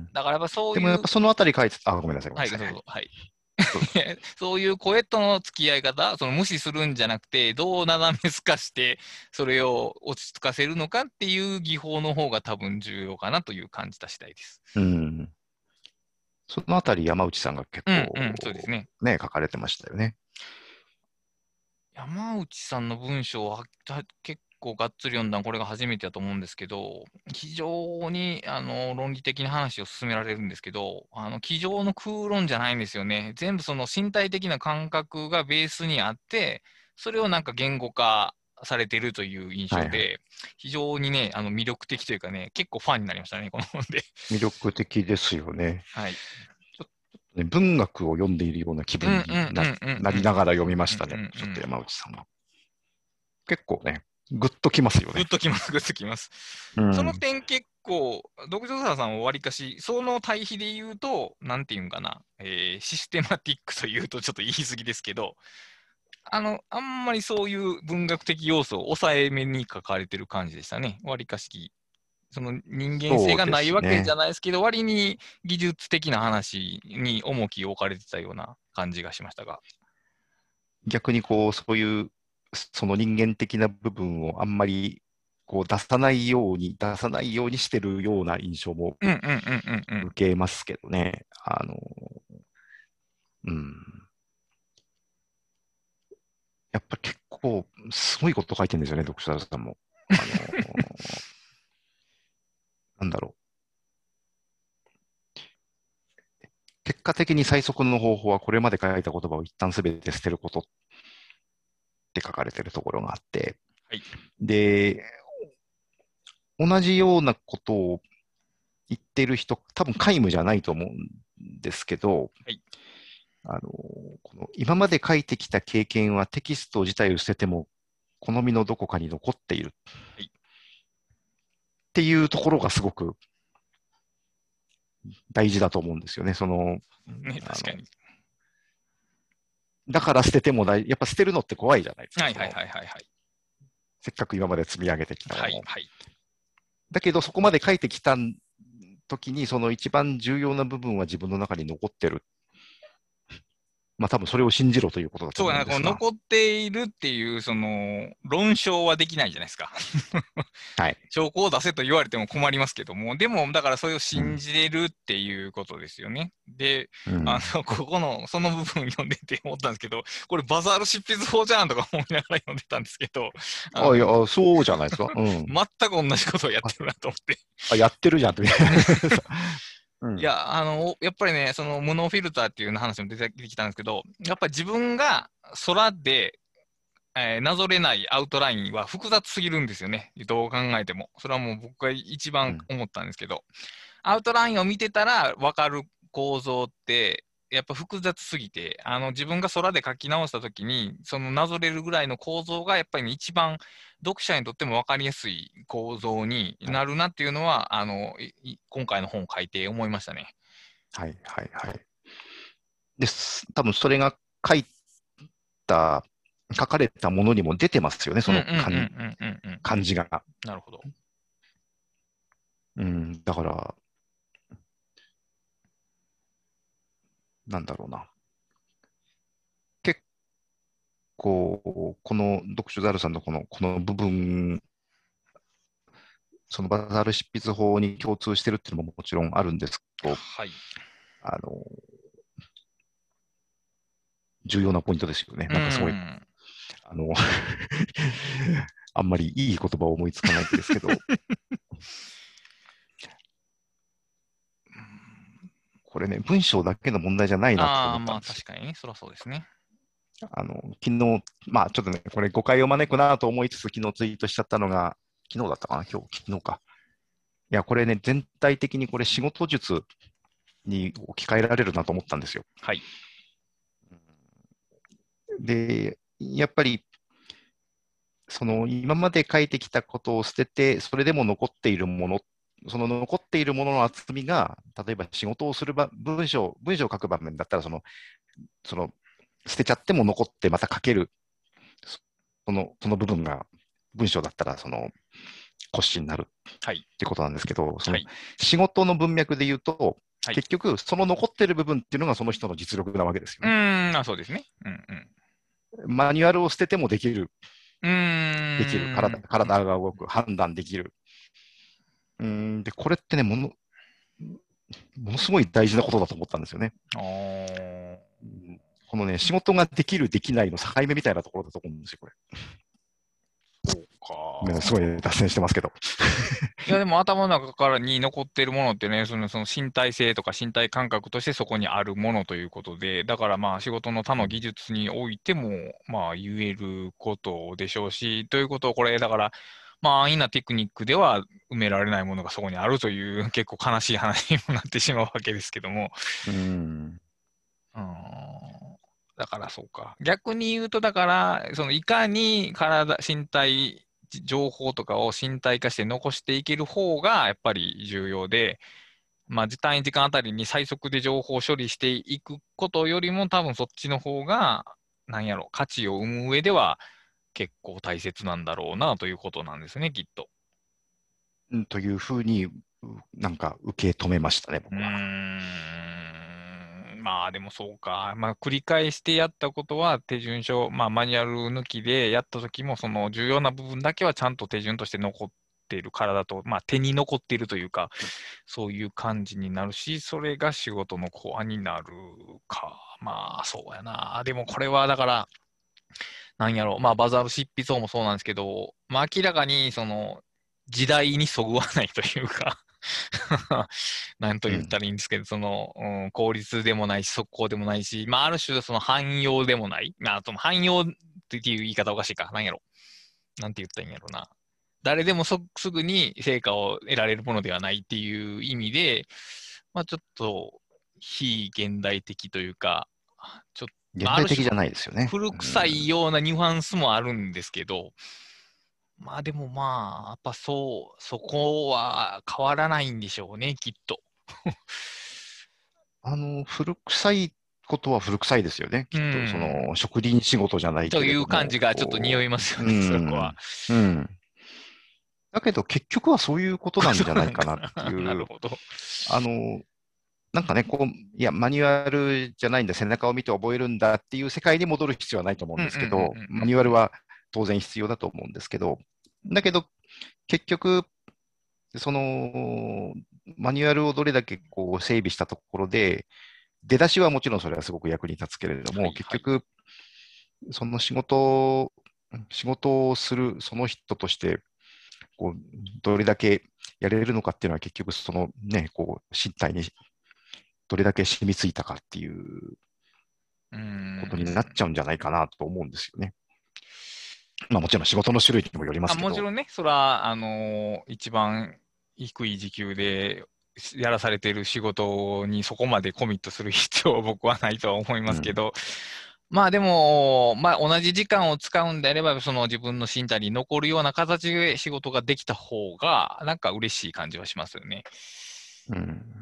だからやっぱそういう、 でもやっぱそのあたり書いて、あ、ごめんなさい、ごめんはい、 なさい。 どうぞ、はい。 どうぞ。 そういう声との付き合い方、その無視するんじゃなくて、どう斜めすかして、それを落ち着かせるのかっていう技法の方が多分重要かなという感じた次第です。 うん。そのあたり山内さんが結うん、うん、そうです構ね。 ね、書かれてましたよね。 山内さんの文章はた結構がっつり読んだのこれが初めてだと思うんですけど、非常にあの論理的な話を進められるんですけど、あの机上の空論じゃないんですよね。全部その身体的な感覚がベースにあって、それをなんか言語化されているという印はいはい。 象で、非常にね、あの魅力的というかね、結構ファンになりましたね、この本で。 魅力的ですよね。 はい。 ちょっとね、文学を読んでいるような気うんうん分にな、 うんうんなりうん。 ながら読みましたね。 うんうんうん。 ちょっと山内さんは。結構ね、ぐっときますよグッね。 ときます、グッときます。そのうん。 点結構、読書沢さんはわりかし、その対比で言うと、なんていうんかな、えーシステマティックというとちょっと言い過ぎですけど、あの、あんまりそういう文学的要素を抑えめに書かれてる感じでしたね。わりかし、その人間性がそうでないわけじゃすね。 ないですけど、割に技術的な話に重きを置かれてたような感じがしましたが。 逆にこう、そういう、その人間的な部分をあんまりこう出さないように、出さないようにしてるような印象もうんうんうんうんうん。 受けますけどね。あの、うん。やっぱ結構、すごいこと書いてるんですよね、読者さんも。あの、なんだろう。結果的に最速の方法はこれまで書いた言葉を一旦すべて捨てることっって書かれてるところがあって、 はい。 で、同じようなことを言ってる人、多分皆無じゃないと思うんですけど、 はい。 あの、この今まで書いてきた経験はテキスト自体を捨てても、好みのどこかに残っているはい。 っていうところがすごく大事だと思うんですよね。その、 ね、 あの、 確かに。 だから捨てても大、やっぱ捨てるのって怖いじゃないですか。 はいはいその、 はいはいはい。 せっかく今まで積み上げてきたものを。 はいはい。 だけど、そこまで書いてきた時に、その一番重要な部分は自分の中に残ってる。まあ多分それを信じろということだとそうやな、 思うんですが。 この残っているっていう、その、論証はできないじゃないですか。 はい。 証拠を出せと言われても困りますけども、でも、だからそれをうん。 信じれるっていうことですよね。で、あうん。 の、ここの、その部分読んでて思ったんですけど、これバザール執筆法じゃんとか思いながら読んでたんですけど、ああ、いや、 の、 そうじゃないですか。うん。 全く同じことをやってるなと思って。 あ、やってるじゃんって。うん。 いや、あの、やっぱりね、その無脳フィルターっていう話も出てきたんですけど、やっぱり自分が空で、えーなぞれないアウトラインは複雑すぎるんですよね。どう考えても。それはもう僕が一うん。 番思ったんですけど、アウトラインを見てたら分かる構造って、やっぱ複雑すぎて、あの自分が空で書き直したときに、そのなぞれるぐらいの構造がやっぱりね、一番読者にとっても分かりやすい構造にはい。 なるなっていうのは、あの、いい今回の本を書いて思いましたね。 はい。はい。はい。です。多分それが書いた、書かれたものにも出てますよね。そうんうんうの感、 んうんうんうんうん。 感じが。 なるほど。 うん。だから、なんだろうな。結構、この読書ザルさんのこの、この部分、そのバザール執筆法に共通してるっていうのももちろんあるんですけど、 はい。 あの、重要なポイントですよね。 うなんかすごい、 ん。 あのあんまりいい言葉を思いつかないんですけど、これね、文章だけの問題じゃないなとああ、まあ思ったんですよ。 確かにね、そりゃそうですね。 あの、昨日、まあちょっとね、これ誤解を招くなと思いつつ、昨日ツイートしちゃったのが、昨日だったかな、今日、昨日か。いや、これね、全体的にこれ仕事術に置き換えられるなと思ったんですよ。 はい。 で、やっぱり、その今まで書いてきたことを捨てて、それでも残っているもの、その残っているものの厚みが、例えば仕事をする場、文章、文章を書く場面だったら、その、その、捨てちゃっても残ってまた書ける、その、その部分が文章だったら、その、骨子になるっはい。 てことなんですけど、そのはい。 仕事の文脈で言うと、 はい。 結局、その残っている部分っていうのがその人の実力なわけですようね。 ーん、あ、そうですね。うんうん。 マニュアルを捨ててもできる、 うーできる、体、 ん。 体が動く、判断できる。うんで、これってね、もの、ものすごい大事なことだと思ったんですよね。 あー、 うんこのね、仕事ができる、できないの境目みたいなところだと思うんですよ、これ。 そうごめんなさい、すごいねか。 脱線してますけど。 いや、でも頭の中からに残っているものってね、その、その身体性とか身体感覚としてそこにあるものということで、だからまあ仕事の他の技術においても、まあ言えることでしょうし、ということをこれ、だから、まあ安易なテクニックでは埋められないものがそこにあるという結構悲しい話にもなってしまうわけですけども。 うん。 うーん、だからそうか。逆に言うと、だから、そのいかに体、身体情報とかを身体化して残していける方がやっぱり重要で、まあ、時単位時間あたりに最速で情報を処理していくことよりも多分そっちの方が、なんやろ、価値を生む上では結構大切なんだろうなということなんですね、きっと。 うんというふうに、うなんか受け止めましたね、 う僕は。 ーん、まあでもそうか。まあ繰り返してやったことは手順書、まあマニュアル抜きでやった時もその重要な部分だけはちゃんと手順として残っている体と、まあ手に残っているというか、そういう感じになるし、それが仕事のコアになるか。まあそうやな。でもこれはだから、なんやろう。まあバザール執筆法もそうなんですけど、まあ明らかにその時代にそぐわないというかなんと言ったうん。 らいいんですけど、その、うん、効率でもないし、速攻でもないし、まあ、ある種、その汎用でもない。まあ、その汎用っっていう言い方おかしいか。なんやろ。なんて言ったらいいんやろな。誰でもそすぐに成果を得られるものではないっていう意味で、まあちょっと非現代的というか、ちょっと、まあ、ある種現代的じゃないですよね。 古臭いようなニュアンスもあるんですけど、まあでもまあ、やっぱそう、そこは変わらないんでしょうね、きっと。 あの、古臭いことは古臭いですよね。 うきっと、そん。 の、植林仕事じゃないとけれいう感じども、 がちょっと匂いこう、うますよね、そこは。 ん、うん。だけど、結局はそういうことなんじゃそうなんないかなってかな。ないう、 るほど。 あの、なんかね、こう、いや、マニュアルじゃないんだ、背中を見て覚えるんだっていう世界に戻る必要はないと思うんうんうんうんですけど、 うんうんうん。 マニュアルは当然必要だと思うんですけど、だけど、結局、その、マニュアルをどれだけこう整備したところで、出だしはもちろんそれはすごく役に立つけれども、 はいはい。 結局、その仕事、仕事をするその人として、こう、どれだけやれるのかっていうのは結局そのね、こう、身体にどれだけ染みついたかっていううーことになっん。 ちゃうんじゃないかなと思うんですよね。まあもちろん仕事の種類にもよりまあ、 すけど、 もちろんね、それは、あのー一番低い時給でやらされている仕事にそこまでコミットする必要は僕はないとは思いまうん、 すけど、まあでも、まあ同じ時間を使うんであれば、その自分の身体に残るような形で仕事ができた方が、なんか嬉しい感じはしますよね。 うん。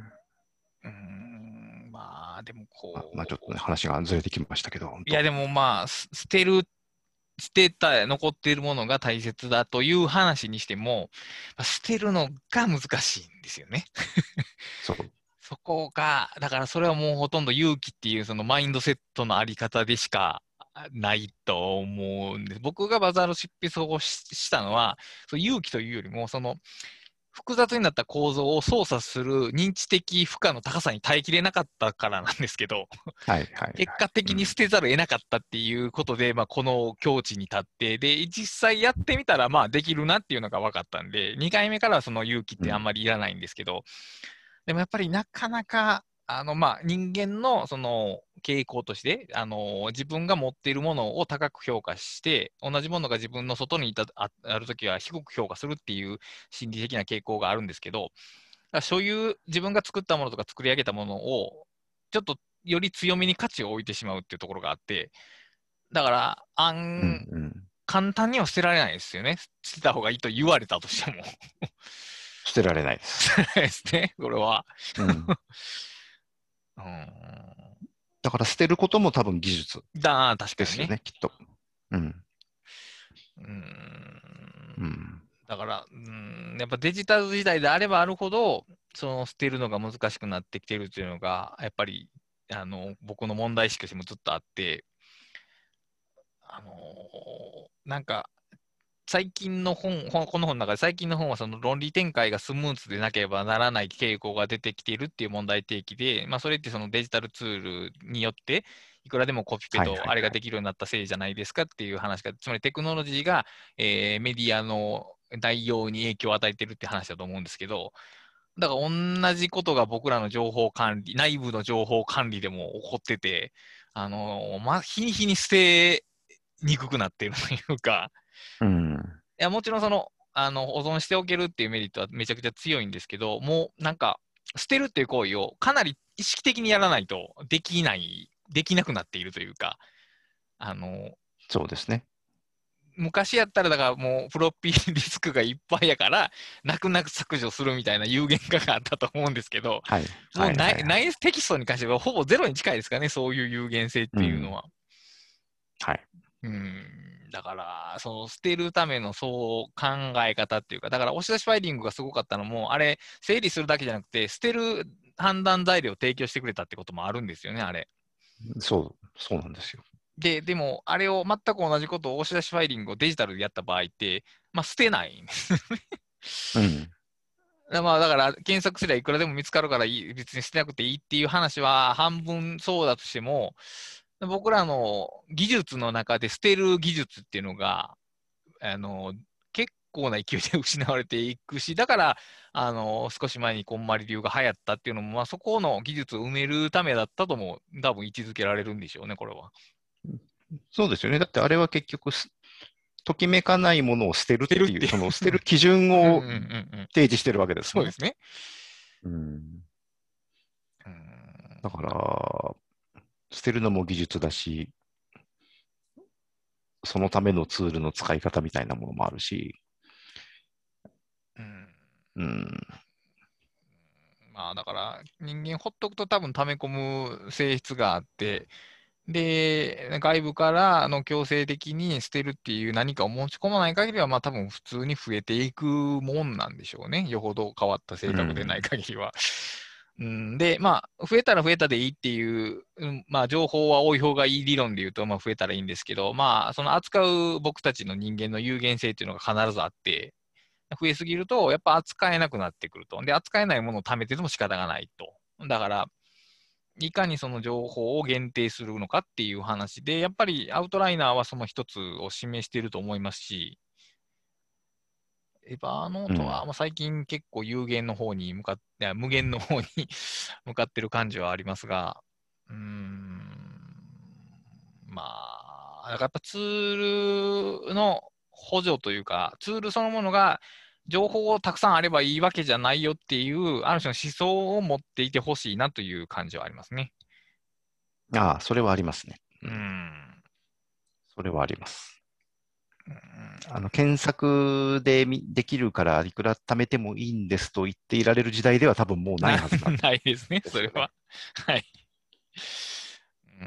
うーん、まあでもまあ、まあちょっとね、 こ話がずれてきましたけど、本う、いや当。 でもまあ、す捨てる捨てた、残っているものが大切だという話にしても、捨てるのが難しいんですよね。 そう。 そこが、だからそれはもうほとんど勇気っていうそのマインドセットのあり方でしかないと思うんです。僕がバザール執筆をししたのは、そう勇気というよりも、その複雑になった構造を操作する認知的負荷の高さに耐えきれなかったからなんですけど、 はい、はい、はい。 結果的に捨うん、 てざるを得なかったっていうことで、まあ、この境地に立って、で、実際やってみたら、まあ、できるなっていうのが分かったんで、にかいめからはその勇気ってあんうん、 まりいらないんですけど、でもやっぱりなかなか、あの、まあ、人間のその傾向として、あの、自分が持っているものを高く評価して、同じものが自分の外にいた、あ、あるときは低く評価するっていう心理的な傾向があるんですけど、所有、自分が作ったものとか作り上げたものを、ちょっとより強めに価値を置いてしまうっていうところがあって、だから、あうん、 ん、 うん。 簡単には捨てられないですよね。捨てた方がいいと言われたとしても。 捨てられないです。 捨てられないですね、これは。 うん。 うん。 だから捨てることも多分技術だ、確かにね。 ですよね、きっと。うん。 うん。 うん。 だから、うん、やっぱデジタル時代であればあるほど、その捨てるのが難しくなってきてるっていうのが、やっぱり、あの、僕の問題意識としてもずっとあって、あのーなんか、最近の本、本この本の中で最近の本はその論理展開がスムーズでなければならない傾向が出てきているっていう問題提起で、まあそれってそのデジタルツールによっていくらでもコピペはいはいとあれがはい。 できるようになったせいじゃないですかっていう話が、つまりテクノロジーが、えーメディアの内容に影響を与えてるって話だと思うんですけど、だから同じことが僕らの情報管理、内部の情報管理でも起こってて、あのーまあ、日に日に捨てにくくなっているというか、 うん。 いや、もちろんその、あの、保存しておけるっていうメリットはめちゃくちゃ強いんですけど、もうなんか、捨てるっていう行為をかなり意識的にやらないとできない、できなくなっているというか、あの、 そうですね。 昔やったらだからもうフロッピーディスクがいっぱいやから、泣く泣く削除するみたいな有限化があったと思うんですけど、 はい。 もうはいはいはい。 ないないテキストに関してはほぼゼロに近いですかね、そういう有限性っうん。 ていうのは。 はい。 うん、だから、その捨てるためのそう考え方っていうか、だから押し出しファイリングがすごかったのも、あれ、整理するだけじゃなくて、捨てる判断材料を提供してくれたってこともあるんですよね、あれ。 そう、そうなんですよ。 で、でも、あれを全く同じことを押し出しファイリングをデジタルでやった場合って、まあ、捨てないんです。 うん。 まあ、だから、検索すればいくらでも見つかるからいい、別に捨てなくていいっていう話は半分そうだとしても、僕らの技術の中で捨てる技術っていうのが、あの、結構な勢いで失われていくし、だから、あの、少し前にこんまり流が流行ったっていうのも、まあ、そこの技術を埋めるためだったとも、多分位置づけられるんでしょうね、これは。 そうですよね。だってあれは結局す、ときめかないものを捨てるっていう、 捨てるっていう。 その捨てる基準うんうんうんをうん。 提示してるわけですもんね。 そうですね。 うん。 うん。 だから、捨てるのも技術だし、そのためのツールの使い方みたいなものもあるし、 うん。 うん。 まあだから人間ほっとくと多分溜め込む性質があって、で、外部からあの強制的に捨てるっていう何かを持ち込まない限りは、まあ多分普通に増えていくもんなんでしょうね。よほど変わった性格でないうん。 限りは。うん、で、まあ、増えたら増えたでいいっていう、うん、まあ、情報は多い方がいい理論で言うと、まあ、増えたらいいんですけど、まあ、その扱う僕たちの人間の有限性っていうのが必ずあって、増えすぎると、やっぱ扱えなくなってくると。で、扱えないものを貯めてても仕方がないと。だから、いかにその情報を限定するのかっていう話で、やっぱりアウトライナーはその一つを示していると思いますし、エヴァーノートはうん。 もう最近結構有限の方に向かって、いや無限の方に向かってる感じはありますが、うーん、まあ、だからやっぱツールの補助というか、ツールそのものが情報をたくさんあればいいわけじゃないよっていう、ある種の思想を持っていてほしいなという感じはありますね。 ああ、それはありますね。ううん。 ん。 それはあります。あの、 うん。 検索でみできるからいくら貯めてもいいんですと言っていられる時代では多分もうなな、 いはずなんないですね、 ですよね。 それは。はい。うん。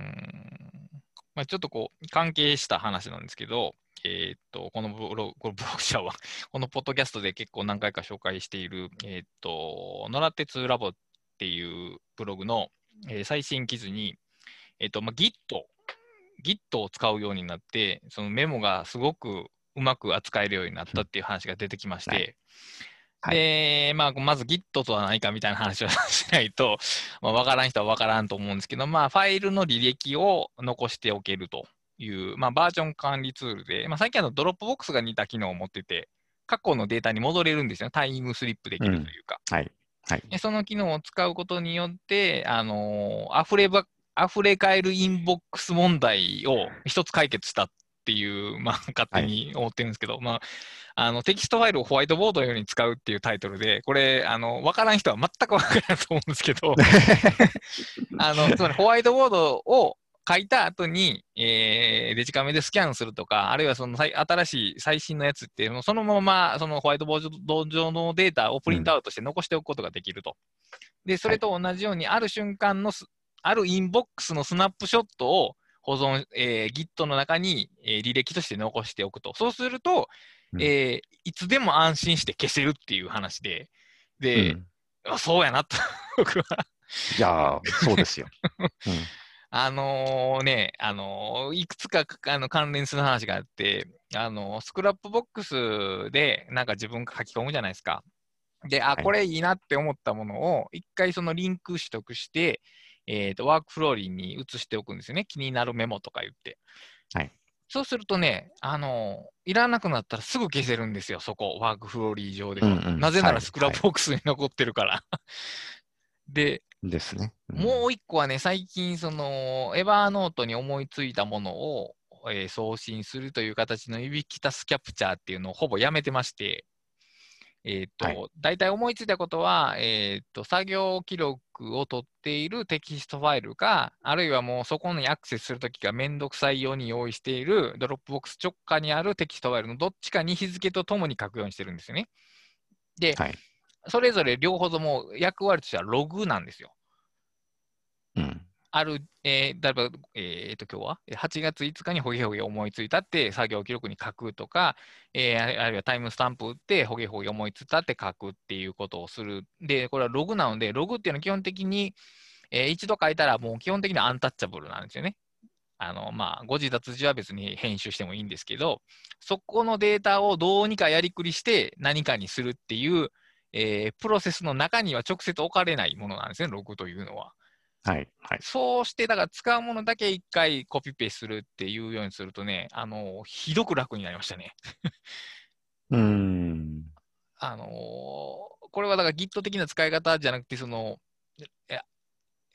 まあ、ちょっとこう、関係した話なんですけど、えーっと、このブログ、このブログ社は、このポッドキャストで結構何回か紹介している、えーっと、野良鉄ラボっていうブログの、えー最新記事に、えーっと、まあ、Git、Git を使うようになって、そのメモがすごくうまく扱えるようになっうん。 たっていう話が出てきましはい。 て、 はい。 で、まあ、まず Git とは何かみたいな話をしないと、まあ、わからん人はわからんと思うんですけど、まあ、ファイルの履歴を残しておけるという、まあ、バージョン管理ツールで、まあ、最近あのドロップボックスが似た機能を持ってて、過去のデータに戻れるんですよ。タイムスリップできるとうん。 いうか。 はい。はい。 でその機能を使うことによって、あのー溢れば、溢れ返るインボックス問題を一つ解決したっていう、まあ、勝手はい。 に思ってるんですけど、まあ、あの、テキストファイルをホワイトボードのように使うっていうタイトルで、これ、あの、わからん人は全くわからんと思うんですけど、あの、つまりホワイトボードを書いた後に、えーデジカメでスキャンするとか、あるいはその最新しい最新のやつっていうのをそのままそのホワイトボード上のデータをプリントうん。 アウトして残しておくことができると。で、そはい。 れと同じように、ある瞬間のす、あるインボックスのスナップショットを保存、えー Git の中に、えー履歴として残しておくと。そうすると、 うん。 えーいつでも安心して消せるっていう話で、で、 うん。 あそうやなと、僕はいやー、そうですよ。うん。 あのね、あのーいくつかあの関連する話があって、あのースクラップボックスでなんか自分が書き込むじゃないですか。で、あ、 はい。 これいいなって思ったものを、一回そのリンク取得して、えっと、ワークフローリーに移しておくんですよね。気になるメモとか言って。 はい。 そうするとね、あの、いらなくなったらすぐ消せるんですよ、そこ、ワークフローリー上では。 うんうん。 なぜなはい。 らスクラッはい。 プボックスに残ってるから。で、 ですね。うん。 もう一個はね、最近、その、エヴァーノートに思いついたものを、えー送信するという形の指キタスキャプチャーっていうのをほぼやめてまして、えっはい。 と、大体思いついたことは、えっと、作業記録を取っているテキストファイルか、あるいはもうそこにアクセスするときがめんどくさいように用意しているドロップボックス直下にあるテキストファイルのどっちかに日付とともに書くようにしてるんですよね。で、 はい。 それぞれ両方とも役割としてはログなんですよ。 うん。 ある、えー、例えば、えーと、今日ははちがついつかにほげほげ思いついたって作業記録に書くとか、えーああるいはタイムスタンプ打ってほげほげ思いついたって書くっていうことをする。で、これはログなので、ログっていうのは基本的に、えー一度書いたらもう基本的にアンタッチャブルなんですよね。あの、まあ、誤字脱字は別に編集してもいいんですけど、そこのデータをどうにかやりくりして何かにするっていう、えープロセスの中には直接置かれないものなんですね、ログというのは。 はい。はい。 そうして、だから使うものだけ一回コピペするっていうようにするとね、あの、ひどく楽になりましたね。 うーん。 あの、これはだから Git 的な使い方じゃなくて、その、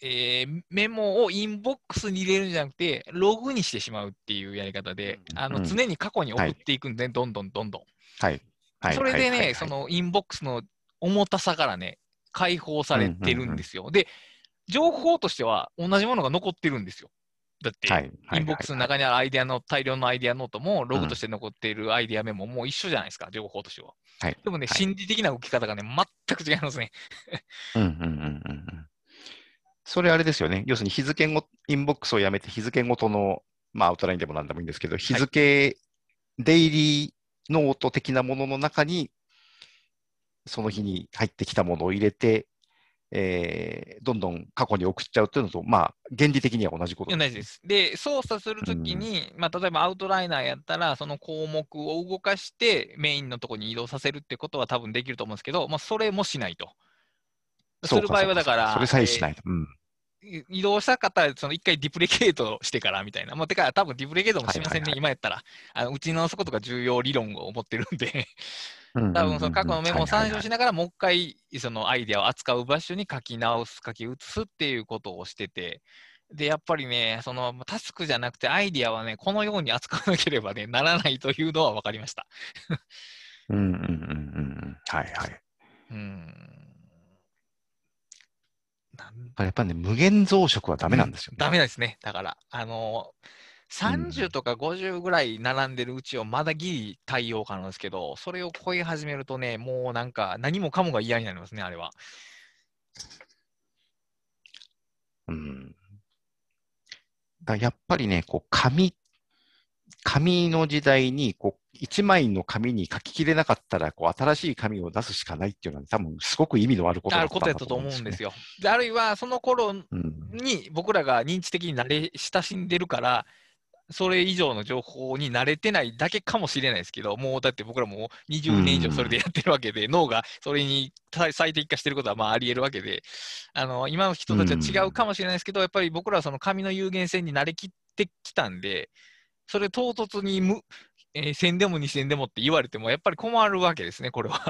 えーメモをインボックスに入れるんじゃなくて、ログにしてしまうっていうやり方で、あのうん。 常に過去に送っはい。 ていくんで、どんどんどんどん。 はい。はい。はい。 それでね、 はい。はい。 そのインボックスの重たさからね、解放さうん。うん。 れてるうん。 んですよ。で、情報としては同じものが残ってるんですよ。だって、 はい。はい。 インボッはい。はい。 クスの中にあるアイデアの大量のアイデアノートもロうん。 グとして残っているアイデアメモも一緒じゃないですか、情報としては。 はい。 でもね、 はい。 心理的な動き方がね、全く違いますね。 うん。うん。うん。うん。それあれですよね。要するに日付ご、インボックスをやめて日付ごとの、まあアウトラインでも何でもいいんですけど、日はい。 付、デイリーノート的なものの中に、その日に入ってきたものを入れて、えーどんどん過去に送っちゃうというのと、まあ、原理的には同じことですよね。 同じです。で、操作するときうん。 に、まあ、例えばアウトライナーやったら、その項目を動かしてメインのところに移動させるってことは多分できると思うんですけど、まあ、それもしないと。すそうか、 る場合はそうか、そうか。それだから、えさえしないと。うん。 ー移動したかったら、その一回ディプレケートしてからみたいな。もうてか、多分ディプレケートもはい、はい、 しませんね、 はい。 今やったら。あの、うちのそことか重要理論を持ってるんで、 うん、うん、うん、 多分その過去うん。 のメモをはい、はい、 参照はい。 しながら、もう一回、そのアイデアを扱う場所に書き直す、書き写すっていうことをしてて、で、やっぱりね、そのタスクじゃなくてアイデアはね、このように扱わなければね、ならないというのは分かりました。 うん、うん、うん、うん。うんはい、はい。 うーん。なんやっぱりね、無限増殖はダメうん、 なんですよね。 ダメですね。だから、あのさんじゅううん。 とかごじゅうぐらい並んでるうちをまだギリ対応可能ですけど、それを超え始めるとね、もうなんか何もかもが嫌になりますね、あれは。 うん。だやっぱりね、こう、紙、紙の時代に、こう、一枚の紙に書ききれなかったら、こう、新しい紙を出すしかないっていうのは、多分、すごく意味のあることあだったんだとることやったと思うんですよね。 思うんですよ。で、あるいはその頃うん。 に僕らが認知的に慣れ親しんでるから、それ以上の情報に慣れてないだけかもしれないですけど、もうだって僕らも20 う年以上それでん。 やってるわけで、脳がそれに最最適化してることはまああり得るわけで、あの今のう人たちは違うかん。 もしれないですけど、やっぱり僕らはその紙の有限性に慣れきってきたんで、それ唐突にむ、えー、せんでもにせんでもって言われても、やっぱり困るわけですね、これは。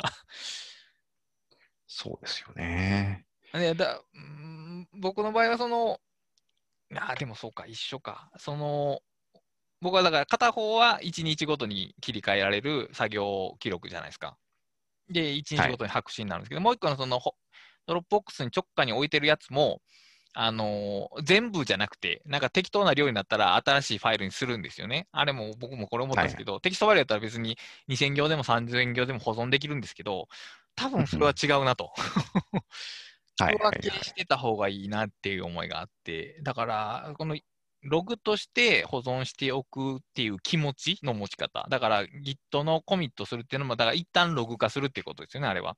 そうですよね。 ねだうん僕の場合はその、あ、でもそうか、一緒か。その、僕はだから片方はいちにちごとに切り替えられる作業記録じゃないですか。で、1日はい。 ごとに白紙になるんですけど、もう一個のそのホドロップボックスに直下に置いてるやつも、あのー全部じゃなくて、なんか適当な量になったら新しいファイルにするんですよね。あれも僕もこれ思ったはい。 んですけど、テキストファイルやったら別ににせん行でもさんじゅう行でも保存できるんですけど、多分それはうん。 違うなと。 はい。 区分はい。はい。 けしてた方がいいなっていう思いがあって、だから、このログとして保存しておくっていう気持ちの持ち方。だから Git のコミットするっていうのも、だから一旦ログ化するっていうことですよね、あれは。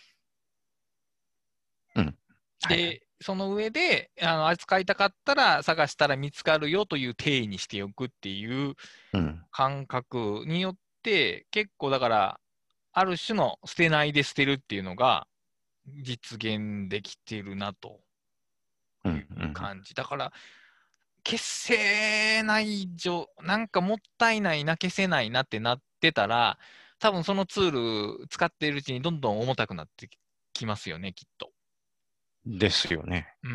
うん。はい。はい。 で、その上で、あの、扱いたかったら探したら見つかるよという定義にしておくっていううん。 感覚によって、結構だから、ある種の捨てないで捨てるっていうのが実現できてるなとうん。 いううん。 感じ。だから、消せない状、なんかもったいないな、消せないなってなってたら、多分そのツール使っているうちにどんどん重たくなってきますよね、きっと。 ですよね。 うん。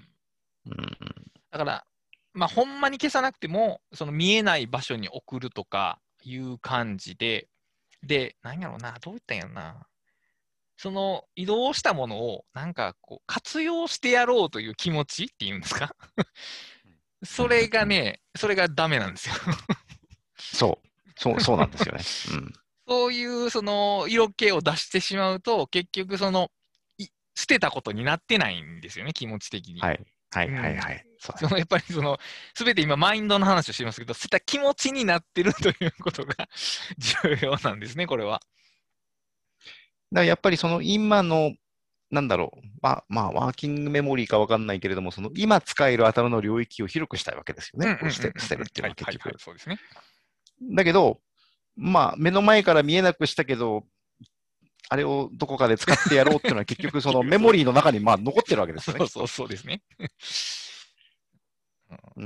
うん。 だから、まあ、ほんまに消さなくても、その見えない場所に送るとかいう感じで、で、なんやろうな、どういったんやろな。その移動したものを、なんかこう、活用してやろうという気持ちっていうんですか？ うん。 それがうん。 ね、それがダメなんですよ。 そう。そう、そうなんですよね。うん。 そういうその色気を出してしまうと、結局その、い捨てたことになってないんですよね、気持ち的に。 はい。はい。はい。 うん。 はい。そうです。 そのやっぱりその、すべて今マインドの話をしてますけど、捨てた気持ちになってるということが重要なんですね、これは。 だからやっぱりその今の、なんだろう、まあ、まあ、ワーキングメモリーかわかんないけれども、その今使える頭の領域を広くしたいわけですよね。 うんうんうんこう捨て、 うんうん。 捨てるっていうはいはいはい、 のは結局。 そうですね。 だけど、まあ、目の前から見えなくしたけど、あれをどこかで使ってやろうっていうのは結局そのメモ結局そう。 リーの中にまあ残ってるわけですよね、 そうそうきっと。 そうですね。 うん。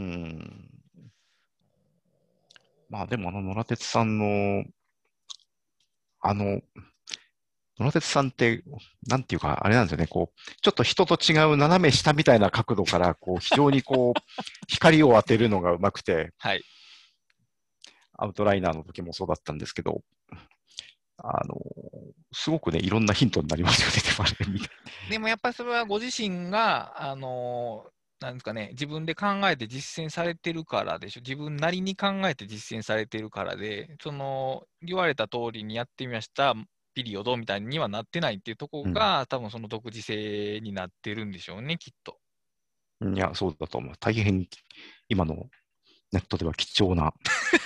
まあでもあの、野良鉄さんの、あの、 野呂鉄さんって、なんていうか、あれなんですよね、こう、ちょっと人と違う斜め下みたいな角度から、こう、非常にこう、光を当てるのがうまくて、 はい。 アウトライナーの時もそうだったんですけど、あの、すごくね、いろんなヒントになりますよね、でもあれ見て。 でもやっぱりそれはご自身が、あの、なんですかね、自分で考えて実践されてるからでしょ。自分なりに考えて実践されてるからで、その、言われた通りにやってみました、ピリオドみたいにはなってないっていうところうん。 が、多分その独自性になってるんでしょうね、きっと。 いや、そうだと思う。大変、今のネットでは貴重な、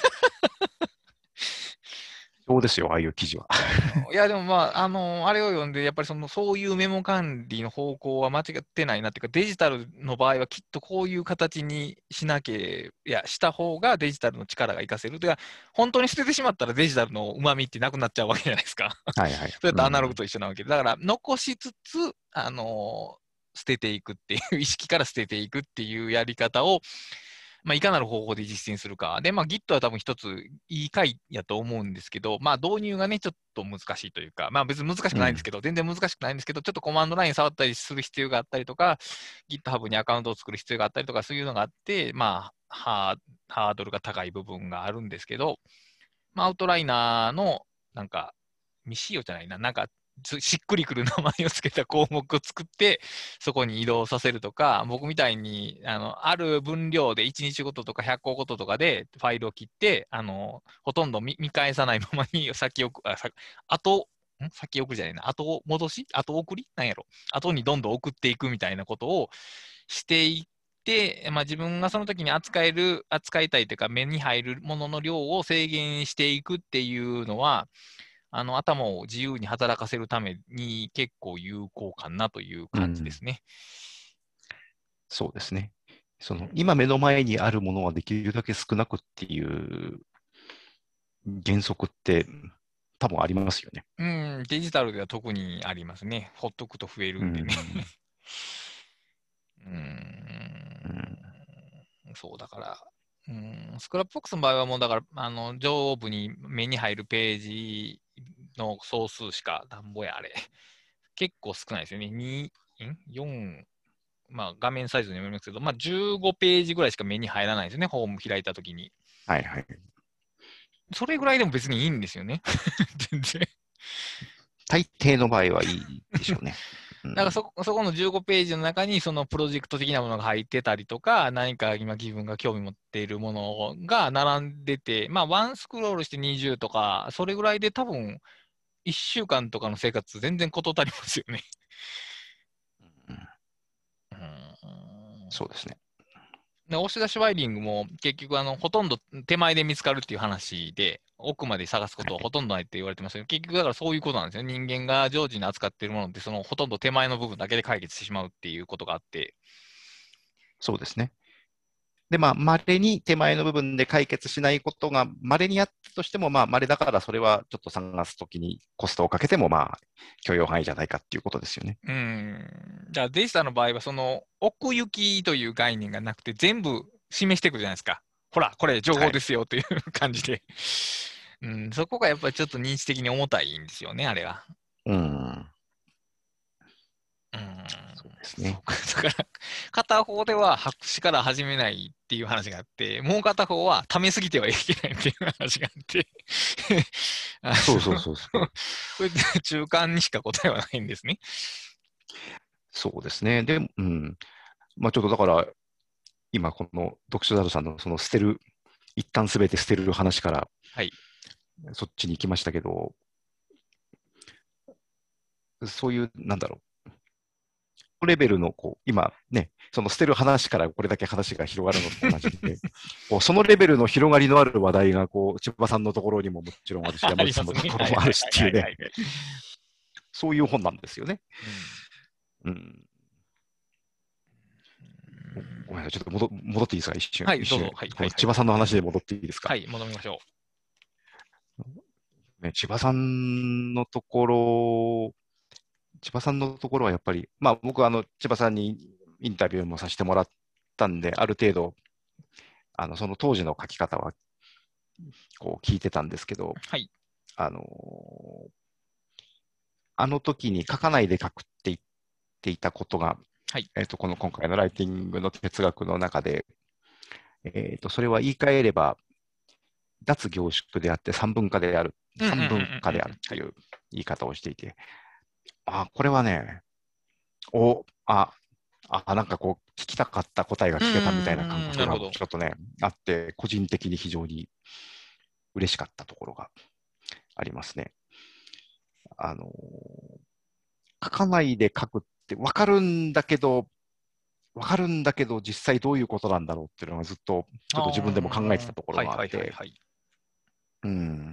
貴重ですよ、ああいう記事は。 いや、でもまあ、あの、あれを読んで、やっぱりその、そういうメモ管理の方向は間違ってないなっていうか、デジタルの場合はきっとこういう形にしなきゃ、いや、した方がデジタルの力が活かせる。というか、本当に捨ててしまったらデジタルの旨味ってなくなっちゃうわけじゃないですか。 はいはい。 それとアナログうん。 と一緒なわけで。だから、残しつつ、あの、捨てていくっていう意識から捨てていくっていうやり方を、まあ、いかなる方法で実践するか。で、まあ、Git は多分一ついい回やと思うんですけど、まあ、導入がね、ちょっと難しいというか、まあ、別に難しくうん。 ないんですけど、全然難しくないんですけど、ちょっとコマンドライン触ったりする必要があったりとか、GitHub にアカウントを作る必要があったりとか、そういうのがあって、まあ、ハーハードルが高い部分があるんですけど、まあ、アウトライナーの、なんか、未使用じゃないな、なんか、しっくりくる名前をつけた項目を作って、そこに移動させるとか、僕みたいに、あの、ある分量でいちにちごととかひゃっこごととかでファイルを切って、あの、ほとんど見見返さないままに先送、あ、さ後、ん先送りじゃないな、後戻し後送りなんやろ後にどんどん送っていくみたいなことをしていって、まあ、自分がその時に扱える、扱いたいというか、目に入るものの量を制限していくっていうのは、あの頭を自由に働かせるために結構有効かなという感じでうん。 すね。 そうですね。その、 うん、 今目の前にあるものはできるだけ少なくっていう原則って多分ありますよね。 うん、デジタルでは特にありますね。ほっとくと増えるうんでね。 ん。 うーうん。 ん、そうだから、うん、スクラップボックスの場合はもうだから、あの上部に目に入るページの総数しか、なんぼやあれ。結構少ないですよね。に、ん ?よん、まあ画面サイズによりますけど、まあじゅうごページぐらいしか目に入らないですよね。ホーム開いたときに。 はいはい。 それぐらいでも別にいいんですよね。全然。 大抵の場合はいいでしょうね。うん。 だからそ、そこのじゅうごページの中にそのプロジェクト的なものが入ってたりとか、何か今自分が興味持っているものが並んでて、まあワンスクロールしてにじゅうとか、それぐらいで多分いっしゅうかんとかの生活全然事足りますよね。 うん。 うーんそうですね。 で、押し出しワイリングも結局あの、ほとんど手前で見つかるっていう話で、奥まで探すことはほはい。 とんどないって言われてますけど、結局だからそういうことなんですよ。人間が常時に扱っているものって、そのほとんど手前の部分だけで解決してしまうっていうことがあって、 そうですね。で、まあ、稀に手前の部分で解決しないことが稀にあったとしても、まあ、稀だからそれはちょっと探すときにコストをかけても、まあ、許容範囲じゃないかっていうことですよね。 うん。じゃあデジタルの場合は、その奥行きという概念がなくて、全部示していくじゃないですか。ほら、これ情はい。 報ですよという感じで。うん、そこがやっぱりちょっと認知的に重たいんですよね、あれは。 うん。 うん、 そうですね。 そうか。だから、片方では白紙から始めないっていう話があって、もう片方は溜めすぎてはいけないっていう話があって、あそうそうのそうそう。 これ中間にしか答えはないんですね。 そうですね。で、うん。まあ、ちょっとだから、今、この読書ザルさんのその捨てる、一旦すべて捨てる話からはい。 そっちに行きましたけど、そういう、なんだろう、レベルの、こう、今ね、その捨てる話からこれだけ話が広がるのと同じで、こうそのレベルの広がりのある話題が、こう、千葉さんのところにももちろんあるし、 あ山内さんのとりますね。 ころもあるはいはいしっていうね、 はいはいはい。 そういう本なんですよね。 うん。 うん。ごめんなさい、ちょっと戻戻っていいですか、一瞬、 はい、どうぞ。 一瞬。 はいはいはい。 この千葉さんの話で戻っていいですか。 はい、戻りましょね、千葉さんのところ、千葉さんのところはやっぱり、まあ僕はあの千葉さんにインタビューもさせてもらったんで、ある程度、あのその当時の書き方はこう聞いてたんですけど、 う。はい。 あのあの時に書かないで書くって言っていたことが、 はい。 えっと、この今回のライティングの哲学の中で、えっと、それは言い換えれば、脱凝縮であって三分化である、 うんうんうんうん三分化であうん。はい。 るっていう言い方をしていて、あ、これはね、お、あ、あ、なんかこう、聞きたかった答えがう聞けたみたいな感ーん、な覚がるほど。 ちょっとね、あって、個人的に非常に嬉しかったところがありますね。あの、書かないで書くって分かるんだけど、分かるんだけど、実際どういうことなんだろうっていうのがずっと、ちょっと自分でも考えてああ、 たところはいはいはいがあって、 はい。 うん。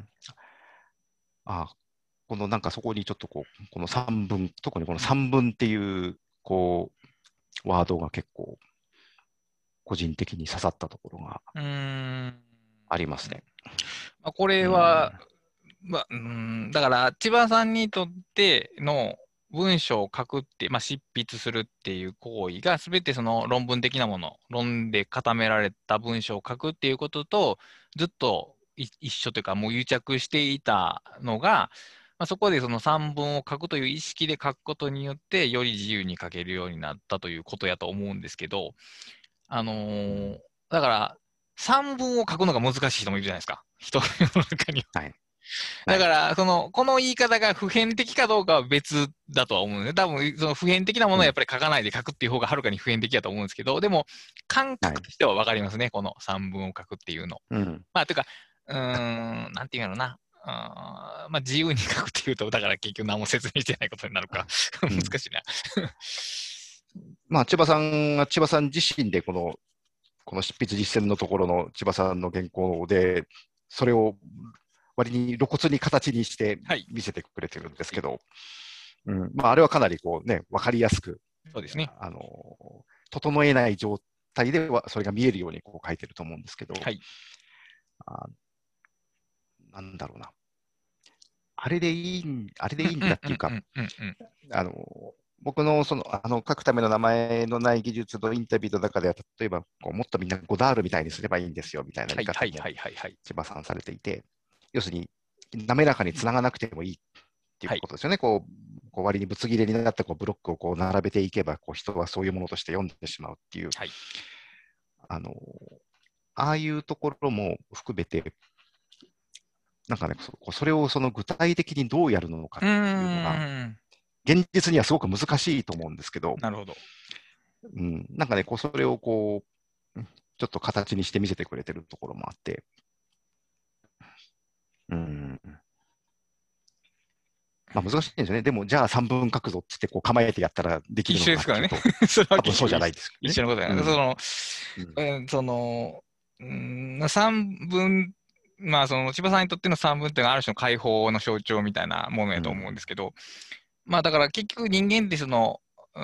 あ、このなんかそこにちょっとこう、この三文、特にこのうん。 三文っていう、こう、ワードが結構、個人的に刺さったところがうーん。 ありますね。 まあ、これうは、 ん。 まあ、うーん、だから、千葉さんにとっての文章を書くって、まあ、執筆するっていう行為が、すべてその論文的なもの、論で固められた文章を書くっていうことと、ずっとい一緒というか、もう癒着していたのが、まあ、そこでその散文を書くという意識で書くことによって、より自由に書けるようになったということやと思うんですけど、あのーうん。 だから、散文を書くのが難しい人もいるじゃないですか。人の世の中には。 はい。はい。 だから、その、この言い方が普遍的かどうかは別だとは思うんですね。多分、その普遍的なものはやっうん。 ぱり書かないで書くっていう方がはるかに普遍的だと思うんですけど、でも、感はい。 覚としてはわかりますね。この散文を書くっていうの。 うん。 まあ、というか、うーん、なんていうのな。あーまあ、自由に書くっていうと、だから結局何も説明してないことになるか。 うん。 難しいな。 まあ、千葉さんが、千葉さん自身でこの、この執筆実践のところの千葉さんの原稿で、それを割に露骨に形にしてはい。 見せてくれてるんですはい。 けど、うん、まあ、あれはかなりこうね、わかりやすく、 そうですね。 あの、整えない状態ではそれが見えるようにこう書いてると思うんですけど、 はい。 あ、なんだろうな。あれでいいん、あれでうんいいんうんうんうだっていうか、 んうんうん。 あの、僕のその、あの、書くための名前のない技術のインタビューの中では、例えば、こうもっとみんなゴダールみたいにすればいいんですよ、みたいな言はいはいい方もはいはいはい。 千葉さんされていて、要するに、滑らかにつながなくてもいいっていうはい。 ことですよね。こう、こう割にぶつ切れになったこうブロックをこう並べていけば、こう人はそういうものとして読んでしまうっていう、 はい。 あの、ああいうところも含めて、なんかね、そそれをその具体的にどうやるのかうっていうのが、 ーん。 現実にはすごく難しいと思うんですけど、 なるほど。 うん、なんかね、こうそれをこう、ちょっと形にして見せてくれてるところもあって、うん、まあ難しいんですよね。でも、じゃあ三分角度ってってこう構えてやったらでき一るの緒ですからね。 かっていうと、 それは多分そうじゃ結局一ないですよね。 一緒のことやな。そうん。 の、 うん。 うんその、うん、三分、まあ、その、千葉さんにとっての三分っていうのはある種の解放の象徴みたいなものやと思うんですけど、まあ、だから結局人間ってその、うん、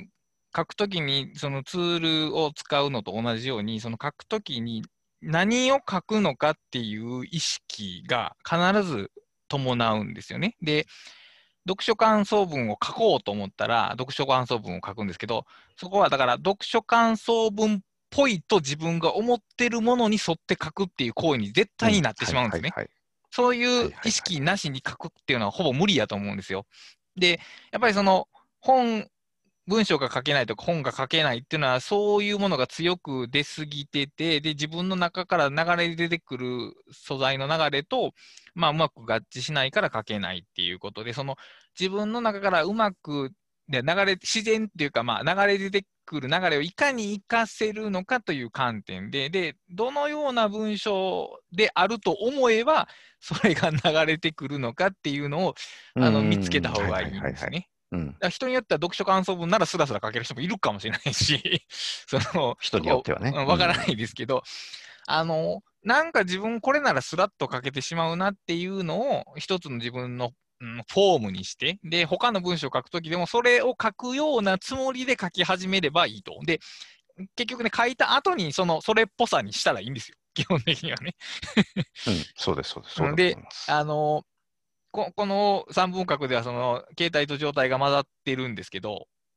書くときにそのツールを使うのと同じように、その書くときに何を書くのかっていう意識が必ず伴うんですよね。で、読書感想文を書こうと思ったら、読書感想文を書くんですけど、そこはだから読書感想文っぽいと自分が思ってるものに沿って書くっていう行為に絶うん。 対になってはいしまうんですね。 はいはい。 そういう意はいはいはい。 識なしに書くっていうのはほぼ無理やと思うんですよ。で、やっぱりその本、文章が書けないとか本が書けないっていうのはそういうものが強く出すぎてて、で、自分の中から流れで出てくる素材の流れと、まあ、うまく合致しないから書けないっていうことで、その自分の中からうまくで流れ、自然っていうか、まあ、流れ出てくる流れをいかに活かせるのかという観点で、で、どのような文章であると思えば、それが流れてくるのかっていうのを、 うんあの、見つうんうん。 けた方がいはいはいはいはい。 いんですね。 うん。 だ人によっては読書感想文ならスラスラ書ける人もいるかもしれないし、その、 人そこによってはね。 わからなうん。 いですけど、あの、なんか自分これならスラッと書けてしまうなっていうのを一つの自分の、うん、フォームにして、で、他の文章を書くときでもそれを書くようなつもりで書き始めればいいと。で、結局ね、書いた後にその、それっぽさにしたらいいんですよ。基本的にはね。 うん。そうです、そうです。そうだとで、 思います。 あの、ここの三分割ではその、形態と状態が混ざってるんですけど、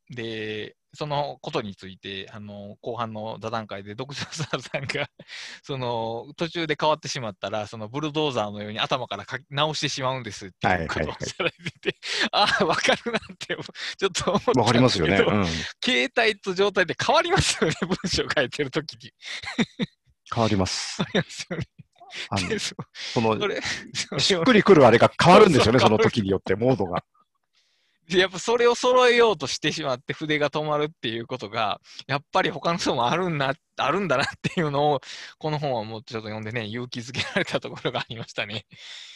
で、そのことについて、あの、後半の座談会で、ドクターサーさんがその、途中で変わってしまったら、そのブルドーザーのように頭から書き直してしまうんですっていうことをおっはいはいはい。 しゃられてて、ああ、わかるなって、ちょっと思っわかりたんますよね。 ですけど、 うん。 携帯と状態で変わりますよね、文章書いてるときに。 変わります。 変わりますよね。 あの、 で、そその、 それ、それを、 しっくりくるあれが変わそうそう、 るんですよね、その変わる。 時によって、モードが。 でやっぱそれを揃えようとしてしまって筆が止まるっていうことが、やっぱり他の人もあるんな、あるんだなっていうのを、この本はもうちょっと読んでね、勇気づけられたところがありましたね。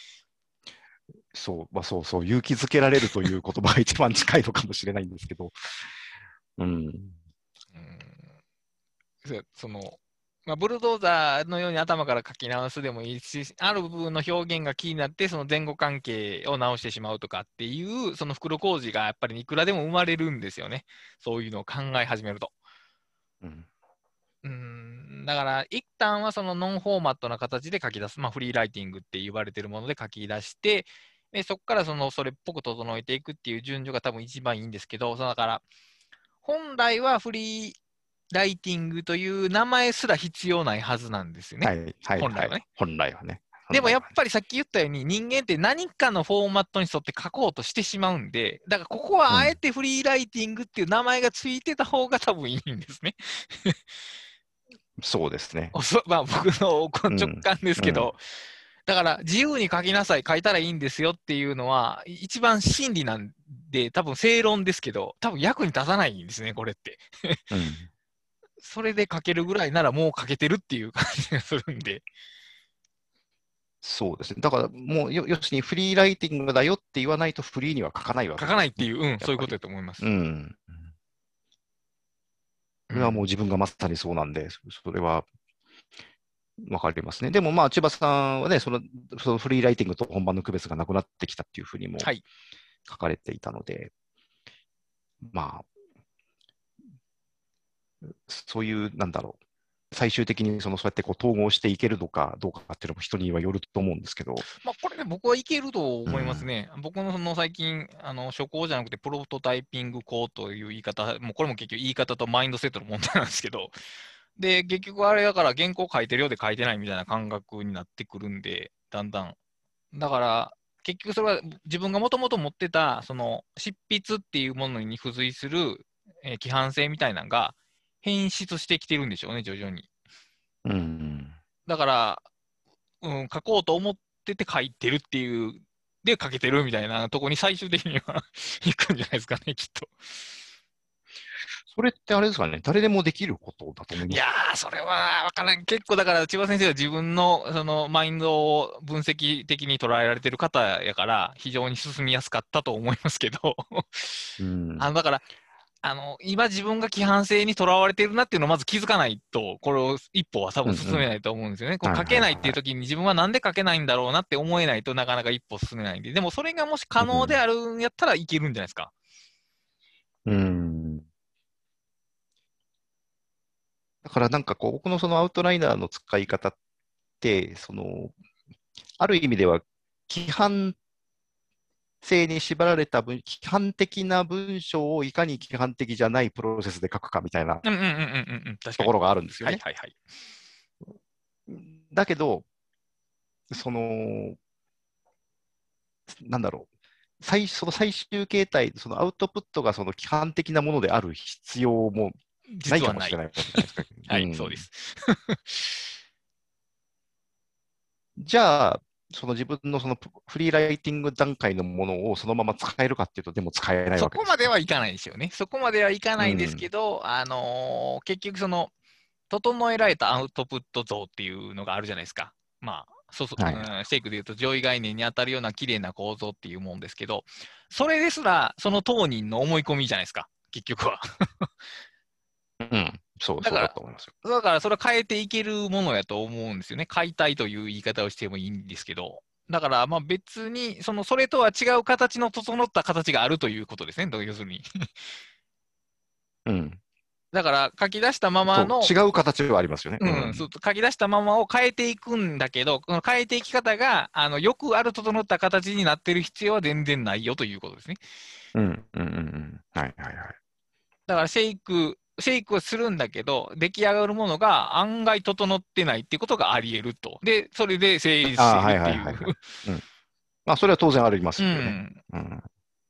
そう、まあそうそう、勇気づけられるという言葉が一番近いのかもしれないんですけど。うん。 うんそその、まあ、ブルドーザーのように頭から書き直すでもいいし、ある部分の表現が気になって、その前後関係を直してしまうとかっていう、その袋小路がやっぱりいくらでも生まれるんですよね。そういうのを考え始めると。 うん。 うーん、だから、一旦はそのノンフォーマットな形で書き出す、まあ、フリーライティングって言われてるもので書き出して、でそこからそのそれっぽく整えていくっていう順序が多分一番いいんですけど、そのだから、本来はフリーライティングという名前すら必要ないはずなんですよね。 はい、はい、はい。 本来はね。 本来はね。 でもやっ本来はね。 ぱりさっき言ったように人間って何かのフォーマットに沿って書こうとしてしまうんで、だからここはあえうん。 てフリーライティングっていう名前がついてた方が多分いいんですね。 そうですね。 おそまあ、僕のうん。 直感ですうん。 けど、だから自由に書きなさい、書いたらいいんですよっていうのは、一番真理なんで、多分正論ですけど、多分役に立たないんですね、これって。 うん。 それで書けるぐらいならもう書けてるっていう感じがするんで。 そうですね。だから、もう、よ、要するにフリーライティングだよって言わないとフリーには書かないわ書けですね。 かないっていう、うん、そういうことやっぱり。 だと思います。 うん。 うん。 これはもう自分がまさにそうなんで、そそれはわかりますね。でもまあ、千葉さんはね、その、そのフリーライティングと本番の区別がなくなってきたっていうふうにもはい。 書かれていたので、まあ、そういう、なんだろう。最終的にそのそうやってこう統合していけるのかどうかっていうのも人にはよると思うんですけど、 まあ、これね、僕はいけると思いますうん、 ね。僕のその最近、あの、初稿じゃなくて、プロトタイピング稿という言い方、もうこれも結局言い方とマインドセットの問題なんですけど、で、結局あれだから原稿書いてるようで書いてないみたいな感覚になってくるんで、だんだん。だから、結局それは自分がもともと持ってた、その執筆っていうものに付随する、えー規範性みたいなのが変質してきてるんでしょうね、徐々に。 うん、 だから、うん、書こうと思ってて書いてるっていう、で書けてるみたいなとこに最終的には行くんじゃないですかね、きっと。 それってあれですかね、誰でもできることだと思いいやます。 ー、それは分からん。結構だから、千葉先生は自分のそのマインドを分析的に捉えられてる方やから、非常に進みやすかったと思いますけど、 うん、 あの、だから、あの、今自分が規範性にとらわれてるなっていうのをまず気づかないと、これを一歩は多うん、 分うん。 進めないと思うんですよね。こはいう書けないっはいはいはい。 ていう時に自分はなんで書けないんだろうなって思えないとなかなか一歩進めないんで、でもそれがもし可能でうん、 あるんやったらいけるんじゃないですか。 うん。だからなんかこう、僕のそのアウトライナーの使い方って、その、ある意味では規範性に縛られた文、規範的な文章をいかに規範的じゃないプロセスで書くかみたいなうんうんうんうんうんうん、確かに。 ところがあるんですよね。 はいはいはい。 だけど、その、なんだろう。最その最終形態、そのアウトプットがその規範的なものである必要もない実はない。 かもしれないわけじゃないですか。 はい、そうでうん。 す。 じゃあ、その自分のそのフリーライティング段階のものをそのまま使えるかっていうと、でも使えないそわけですよね。 こまではいかないですよね。そこまではいかないんですうん。 けど、あのー結局その、整えられたアウトプット像っていうのがあるじゃないですか。まあ、そうそう、 はい。 うん、シェイクで言うと上位概念に当たるような綺麗な構造っていうもんですけど、それですら、その当人の思い込みじゃないですか、結局は。 うん。そう、そうだから、 だと思いますよ。 だからそれは変えていけるものやと思うんですよね。解体という言い方をしてもいいんですけど。だから、まあ別に、その、それとは違う形の整った形があるということですね。要するに。 うん。 だから、書き出したままそう、 の違う形はありますよね。 うん、そううん。 書き出したままを変えていくんだけど、この変えていき方が、あの、よくある整った形になってる必要は全然ないよということですね。 うん。うん。うん。うんはいはいはい。 だからシェイク、シェイクをするんだけど、出来上がるものが案外整ってないっていうことがあり得ると。で、それで成立してああ、 いるはいっていう。 はいはいはい。うん。まあ、それは当然ありまうすよね。 ん。 うん。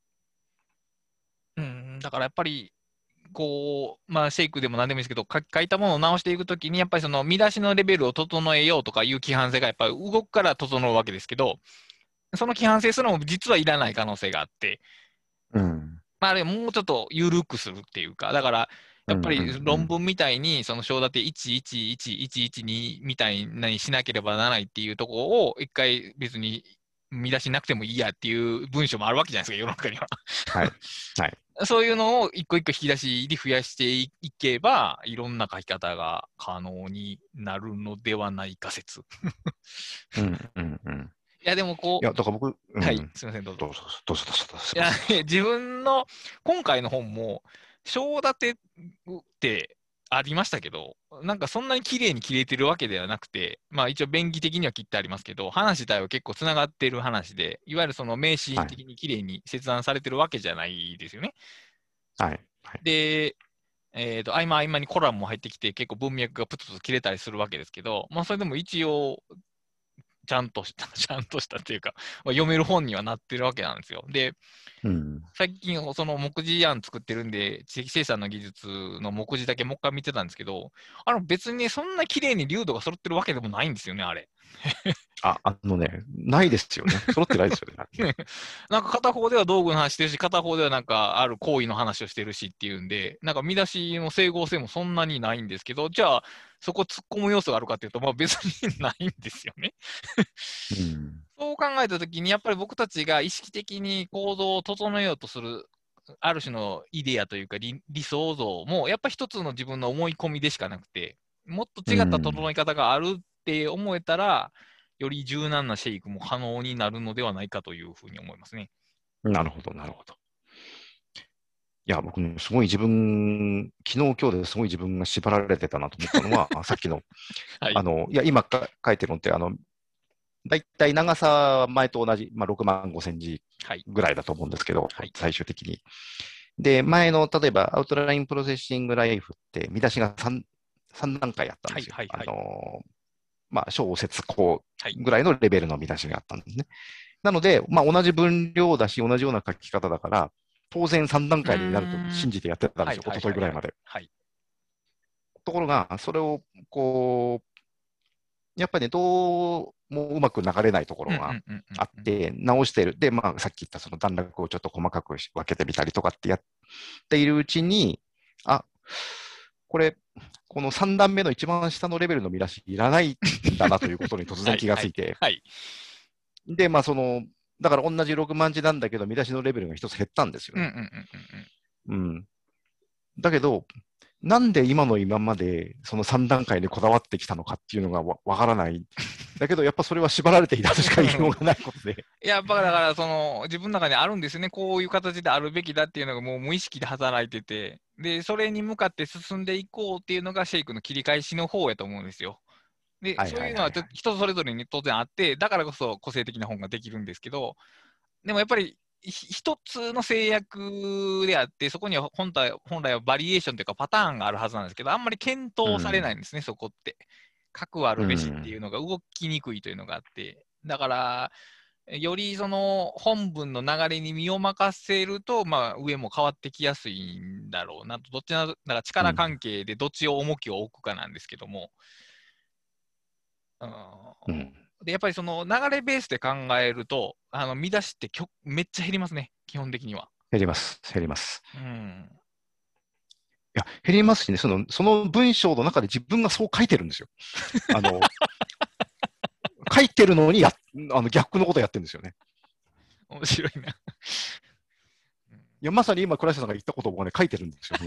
うん。だからやっぱり、こう、まあ、シェイクでも何でもいいですけど、書書いたものを直していくときに、やっぱりその見出しのレベルを整えようとかいう規範性がやっぱり動くから整うわけですけど、その規範性すらも実はいらない可能性があって、 うん。 まあ、あれもうちょっと緩くするっていうか、だから、やっぱうん。うん。うん。 り論文みたいに、その章立ていちいちいちいちいちにみたいにしなければならないっていうところを、一回別に見出しなくてもいいやっていう文章もあるわけじゃないですか、世の中には。 はい。はい。 そういうのを一個一個引き出しで増やしていけば、いろんな書き方が可能になるのではないか説。 うん。うん。うん。 いや、でもこいや、だから僕、うう、はい、 ん。 すみません、どうぞ。 どうぞ、どうぞ、どうぞ、どうぞ、すいや、 いません、どうぞ。 自分の今回の本も、章立てってありましたけど、なんかそんなに綺麗に切れてるわけではなくて、まあ一応便宜的には切ってありますけど、話自体は結構つながっている話で、いわゆるその名詞はい。 的に綺麗に切断されてるわけじゃないですよね。 はい。はい。 で、えっと、合間合間にコラムも入ってきて、結構文脈がプツプツ切れたりするわけですけど、まあそれでも一応、ちゃんとした、ちゃんとしたっていうか、まあ読める本にはなってるわけなんですよ。で、 うん。 最近、その目次案作ってるんで、知的生産の技術の目次だけもう一回見てたんですけど、あの別にね、そんな綺麗に流度が揃ってるわけでもないんですよね、あれ。 あ、あのね、ないですよね。揃ってないですよね。あれね。 ね、なんか片方では道具の話してるし、片方ではなんかある行為の話をしてるしっていうんで、なんか見出しの整合性もそんなにないんですけど、じゃあそこ突っ込む要素があるかっていうと、まあ別にないんですよね。 うん。 そう考えたときに、やっぱり僕たちが意識的に行動を整えようとする、ある種のイデアというか理、理想像も、やっぱ一つの自分の思い込みでしかなくて、もっとう違った整ん。 え方があるって思えたら、より柔軟なシェイクも可能になるのではないかというふうに思いますね。 なるほど、なるほど。いや、僕ね、すごい自分、昨日、今日ですごい自分が縛られてたなと思ったのは、さっきの、 はい。 あの、いや、今か書いてるのって、あの、だいたい長さは前と同じ、まあ、ろくまんごせん字はい。 ぐらいだと思うんですけど、 はい。 最終的に。で、前の、例えば、アウトラインプロセッシングライフって、見出しが 3, 3段階あったんはい。 ですよ。 はい。 あはい。 の、まあ、小説項はい。 ぐらいのレベルの見出しがあったんですね。なので、まあ、同じ分量だし、同じような書き方だから、当然さん段うー階になるとん。 信じてやってたんはい。 ですよ、一はい。はい。はい。 昨日ぐらいまで。 はい。 ところが、それを、こう、やっぱりね、どうもうまく流れないとこうん。うろがん。うん。うん。 あって、直してる。で、まあ、さっき言ったその段落をちょっと細かく分けてみたりとかってやっているうちに、あ、これ、このさん段目の一番下のレベルの見出しいらないんだなということに突然はい。はい。 気がついて、 はい。 で、まあ、その、だから同じろくまん字なんだけど、見出しのレベルが一つ減ったんですようん。うん。 ね。 うん。うん。 うん。だけど、なんで今の今までそのさん段階でこだわってきたのかっていうのがわわからない。だけど、やっぱそれは縛られていたとしか言いようがないことで。 いや、だから、だからその、自分の中にあるんですよね。こういう形であるべきだっていうのがもう無意識で働いてて、で、それに向かって進んでいこうっていうのがシェイクの切り返しの方やと思うんですよ。で、 はいそういうのはちょはいはいはい。 人それぞれに当然あって、だからこそ個性的な本ができるんですけど、でもやっぱりひ一つの制約であって、そこには本来本来はバリエーションというかパターンがあるはずなんですけど、あんまり検討されないうん。 んですね、そこって。核あうるべしっていうん。 のが動きにくいというのがあって、だから、よりその本文の流れに身を任せると、まあ、上も変わってきやすいんだろうなと、どっちな、だから力関うん。 係でどっちを重きを置くかなんですけども、うん、 うん。 でやっぱりその流れベースで考えると、あの見出しってきょめっちゃ減りますね、基本的には。 減ります。減ります。 うん、 いや、減りますしね、その、その文章の中で自分がそう書いてるんですよ。あの、書いてるのにや、あの逆のことやってるんですよね。 面白いな。 いや、まさに今、倉下さんが言ったことを僕はね、書いてるんですよ。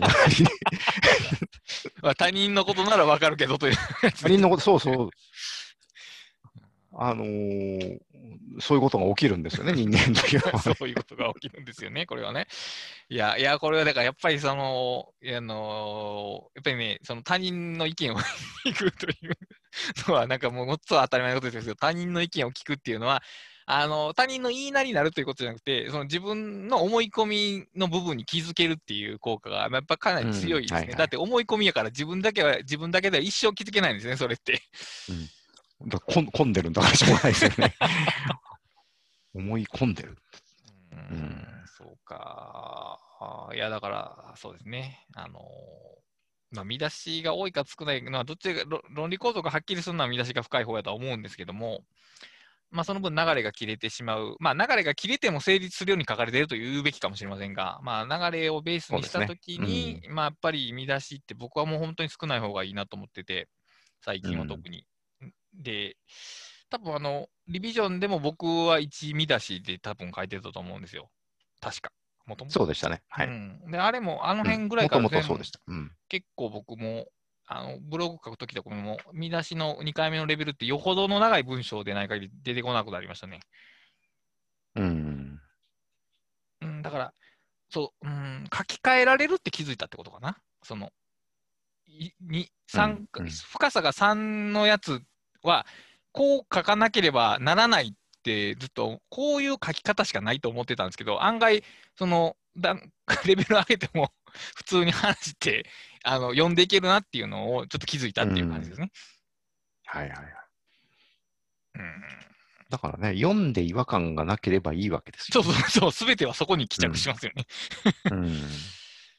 まあ、他人のことならわかるけどというやつです。 他人のこと、そうそう、あのーそういうことが起きるんですよね、人間というのはね。 そういうことが起きるんですよね、これはね。いや、いや、これはだからやっぱりその、あのやっぱりね、その他人の意見を聞くというのは、なんかもうもっと当たり前のことですけど、他人の意見を聞くっていうのは、 あの、他人の言いなりになるということじゃなくて、その自分の思い込みの部分に気づけるっていう効果が、やっぱかなりうん、 強いですね。 はいはい。 だって思い込みやから自分だけは、自分だけでは一生気づけないんですね、それって。 うん。だから混混んでるんだからしょうがないですよね。思い込んでる。 うーうん。 ん、そうか。あーいや、だから、そうですね。あのーまあ、見出しが多いか少ないのは、どっちが、ろ論理構造がはっきりするのは見出しが深い方やとは思うんですけども、まあ、その分流れが切れてしまう。まあ、流れが切れても成立するように書かれていると言うべきかもしれませんが、まあ、流れをベースにしたとそうですね。 きに、 うん。 まあ、やっぱり見出しって僕はもう本当に少ない方がいいなと思ってて、最うん。 近は特に。で、多分あの、リビジョンでも僕はいち見出しで多分書いてたと思うんですよ。確か。もともと。 そうでしたね。はい。 うん。で、あれもあのうん。 辺ぐらいもとから全部、 もとそうでした。うん。 結構僕も、あの、ブログ書くときとかも、見出しのにかいめのレベルってよほどの長い文章でない限り出てこなくなりましたね。 うん。 うん、だから、そう、うん、書き換えられるって気づいたってことかな。その、いに、 うん。 三うん。 深さがさんのやつは、こう書かなければならないってずっと、こういう書き方しかないと思ってたんですけど、案外、その、だレベル上げても普通に話して、あの、読んでいけるなっていうのをちょっと気づいたうっていう感じでん。 すね。 はいはいはい。 うん。 だからね、読んで違和感がなければいいわけですよね。 そうそうそう、すべてはそこに帰うん。 着しますよね。 うん。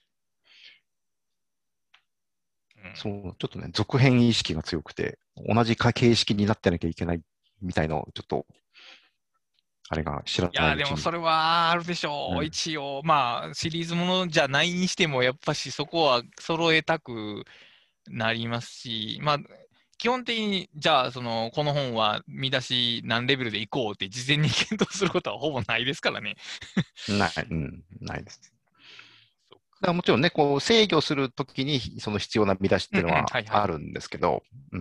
うん。 そう、ちょっとね、続編意識が強くて、同じか形式になってなきゃいけないみたいのを、ちょっと、あれが知らいやー、 ないうちに。 でもそれはあるでしょう。 うん。 一応、まあ、シリーズものじゃないにしても、やっぱしそこは揃えたくなりますし、まあ、基本的に、じゃあ、その、この本は見出し何レベルでいこうって事前に検討することはほぼないですからね。 ない、うん、ないです。 そっか。 だからもちろんね、こう制御するときにその必要な見出しっうんうん、 ていうのははいはい。 あるんですけど、うん、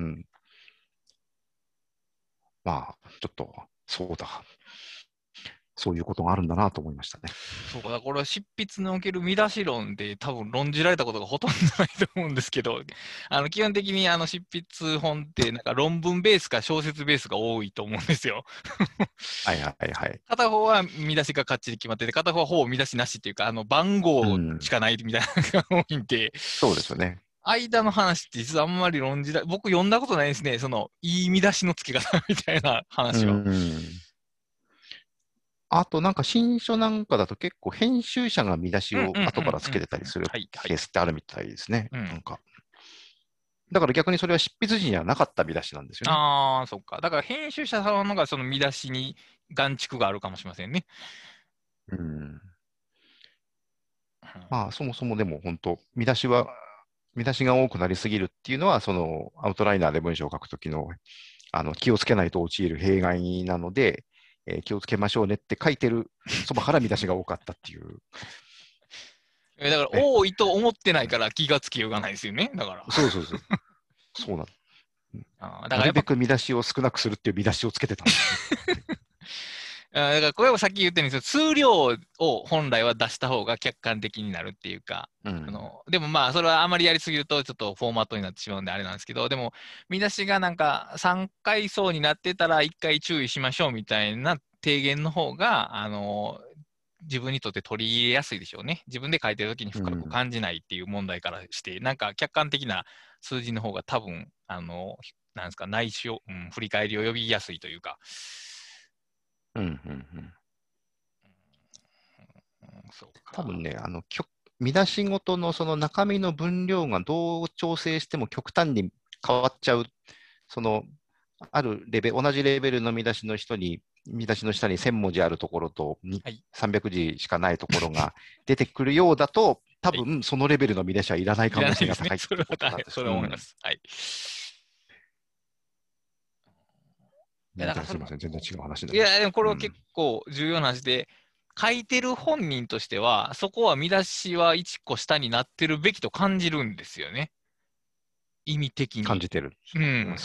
まあ、ちょっと、そうだ、そういうことがあるんだなと思いましたね。 そうか、だからこれは執筆における見出し論で多分論じられたことがほとんどないと思うんですけど、あの基本的にあの執筆本ってなんか論文ベースか小説ベースが多いと思うんですよ。 はいはいはい。 片方は見出しがかっちり決まってて、片方はほぼ見出しなしっていうか、あの番号しうん、 かないみたいなのが多いんで、 そうですよね。 間の話って実はあんまり論じら、僕読んだことないですね。その、いい見出しの付け方みたいなう話は。 ん。あとなんか新書なんかだと結構編集者が見出しうんうんうんを後からつけうんうん。 てたりするはいはい。 ケースってあるみたいですね。 うん。 なんか。だから逆にそれは執筆時にはなかった見出しなんですよね。 ああ、そっか。だから編集者さんのがその見出しに眼蓄があるかもしれませんね。 うん。 うんまあそもそもでも本当、見出しは、見出しが多くなりすぎるっていうのは、そのアウトライナーで文章を書くときの、あの気をつけないと陥る弊害なので、えー気をつけましょうねって書いてるそばから見出しが多かったっていう、 えだからね。 多いと思ってないから気がつきようがないですよね。だから。 そうそうそう。そうなの。 あーだかなるべらやっぱく見出しを少なくするっていう見出しをつけてたんですよ。 あーだからこれもさっき言ったように、その数量を本来は出した方が客観的になるっていうか、 うん。 あの、でもまあ、それはあまりやりすぎると、ちょっとフォーマットになってしまうんであれなんですけど、でも、見出しがなんかさんかい層になってたらいっかい注意しましょうみたいな提言の方が、あの、自分にとって取り入れやすいでしょうね。自分で書いてるときに深くうん。 感じないっていう問題からして、なんか客観的な数字の方が多分、あの、なんですか、内視を、うん、振り返りを呼びやすいというか、 うん。うん。 うん、そうか。 多分ね、あの、極見出しごとのその中身の分量がどう調整しても極端に変わっちゃう、その、あるレベル、同じレベルの見出しの人に、見出しの下にせん文字あるところとにはい。 さんびゃく字しかないところが出てくるようだと、多はい。 分そのレベルの見出しはいらないい可能らないですね。 性が高いっそれは、 てことなんはい、 です。 それうん。 は思います。はい。いや、だからそれも、 じゃあすみません。全然違う話にないや、 りました。 でもこれは結うん。 構重要な話で、書いてる本人としては、そこは見出しはいっこ下になってるべきと感じるんですよね。意味的に。 感じてる。 うん。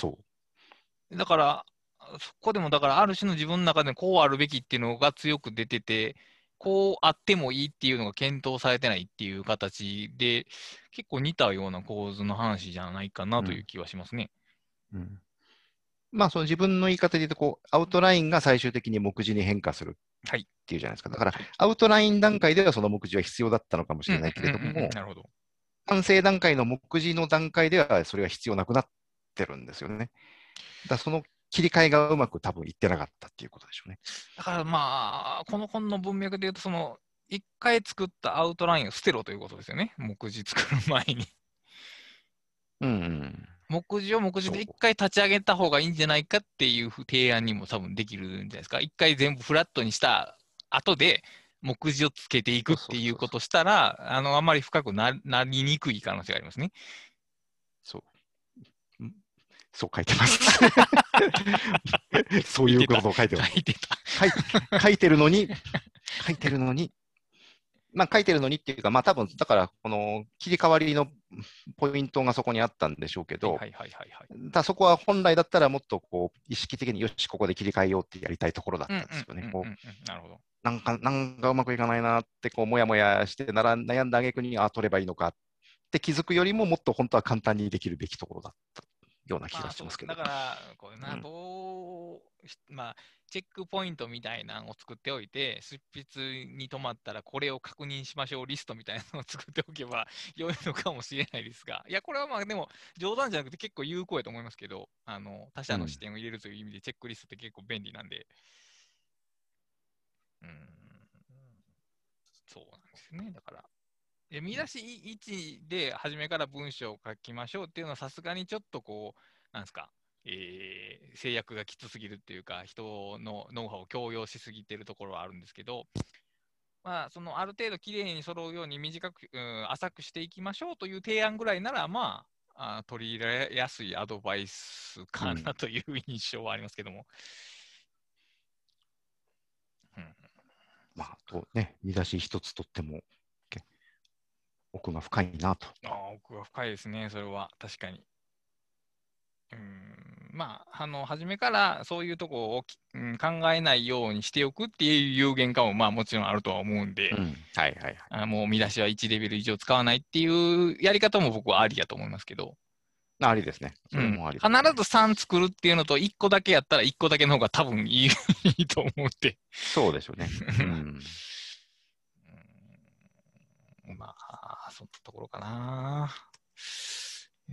そう。 だから、そこでも、だからある種の自分の中でこうあるべきっていうのが強く出てて、こうあってもいいっていうのが検討されてないっていう形で、結構似たような構図の話じゃないかなうん。 という気はしますね。 うん。 まあ、その自分の言い方で言うと、こう、アウトラインが最終的に目次に変化するはい。 っていうじゃないですか。だから、 はい。 アウトライン段階ではその目次は必要だったのかもしうんうれないけんうんうんうん。 れども、 なるほど。 完成段階の目次の段階ではそれが必要なくなってるんですよね。だからその切り替えがうまく多分いってなかったっていうことでしょうね。 だからまあ、この本の文脈で言うと、その、一回作ったアウトラインを捨てろということですよね。目次作る前に。 うん、うん。 目次を目次そう。 で一回立ち上げた方がいいんじゃないかっていう提案にも多分できるんじゃないですか。一回全部フラットにした後で、目次をつけていくそうっていうことそうそうそう。 したら、あの、あんまり深くな、なりにくい可能性がありますね。 そう。んそう書いてます。そういう書いてた。 ことを書いてます。 書いてた。 書い書いてるのに、書いてるのに、まあ書いてるのにっていうか、まあ多分、だからこの切り替わりのポイントがそこにあったんでしょうけど、 はいはいはいはいはい。 だそこは本来だったらもっとこう意識的によし、ここで切り替えようってやりたいところだっうんうんたんですよね。 うんうんうん。 こうなるほど。 なんか、なんかうまくいかないなって、こう、もやもやしてなら悩んだ挙句に、あ、取ればいいのかって気づくよりも、もっと本当は簡単にできるべきところだったような気まあそうです。 がしますけど。 だから、こういうな、 うん、 どう、まあ、チェックポイントみたいなのを作っておいて、執筆に止まったらこれを確認しましょうリストみたいなのを作っておけば良いのかもしれないですが、いや、これはまあでも冗談じゃなくて結構有効やと思いますけど、あの、他うん、 者の視点を入れるという意味でチェックリストって結構便利なんで、うん、そうなんですね。だから、で見出しいちで初めから文章を書きましょうっていうのはさすがにちょっとこう、なんですか、えー制約がきつすぎるっていうか、人のノウハウを強要しすぎてるところはあるんですけど、まあ、そのある程度きれいに揃うように短く、うん、浅くしていきましょうという提案ぐらいなら、まあ、あ取り入れやすいアドバイスかなうん。 という印象はありますけども。うん、 まあ、とね、見出し一つとっても、け奥が深いなと。 ああ、奥が深いですね、それは確かに。うん、まあ、あの、初めからそういうとこをき、うん、考えないようにしておくっていう有限化も、まあもちろんあるとは思うんで、 うん。はいはいはい。 あもう見出しはいちレベル以上使わないっていうやり方も僕はありやと思いますけど、 ありですね。それうん。 もあり必だと思います。 ずさん作るっていうのといっこだけやったらいっこだけの方が多分いいいいと思って。 そうでしょうね。うん。 うん、まあ、そんなところかな。うん、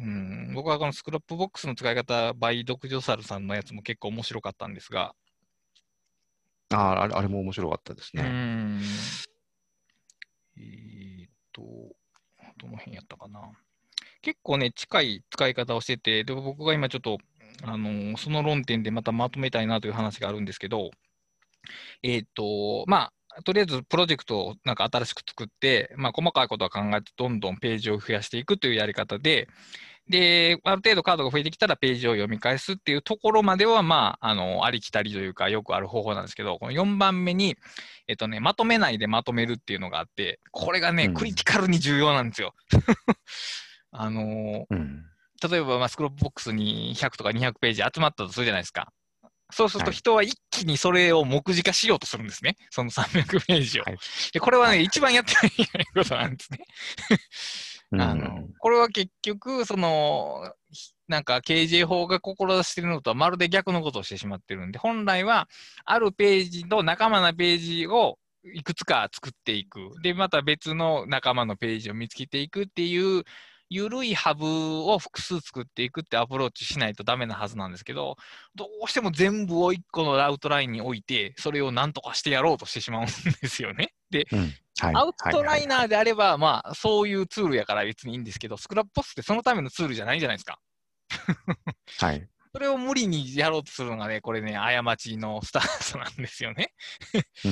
僕はこのスクラップボックスの使い方、バイドクジョサルさんのやつも結構面白かったんですが、 ああれ、あれも面白かったですうーね。 ん、えーっと、どの辺やったかな。結構ね、近い使い方をしてて、で、僕が今ちょっと、あのーその論点でまたまとめたいなという話があるんですけど、えーっと、まあ、とりあえずプロジェクトをなんか新しく作って、まあ、細かいことは考えて、どんどんページを増やしていくというやり方で、で、ある程度カードが増えてきたらページを読み返すっていうところまでは、まあ、あの、ありきたりというか、よくある方法なんですけど、このよんばんめに、えっとね、まとめないでまとめるっていうのがあって、これがね、クリうん。 ティカルに重要なんですよ。あのうん。 例えば、まあ、スクロールボックスにひゃくとかにひゃくページ集まったとするじゃないですか。そうするとはい。 人は一気にそれを目次化しようとするんですね。そのさんびゃくページを。 はい。 で、これはね、 はい。 一番やってはいけないことなんですね。 うあの、 ん。 これは結局、その、なんか ケージェー 法が志しているのとはまるで逆のことをしてしまってるんで、本来はあるページの仲間なページをいくつか作っていく。で、また別の仲間のページを見つけていくっていう、緩いハブを複数作っていくってアプローチしないとダメなはずなんですけど、どうしても全部を一個のアウトラインに置いて、それを何とかしてやろうとしてしまうんですよね。で、 うん。はい。 アウはい。 トライはい。はい。 ナーであれば、まあ、そういうツールやから別にいいんですけど、スクラップボスってそのためのツールじゃないじゃないですか。 はい。 それを無理にやろうとするのがね、これね、過ちのスタートなんですよね。 うん。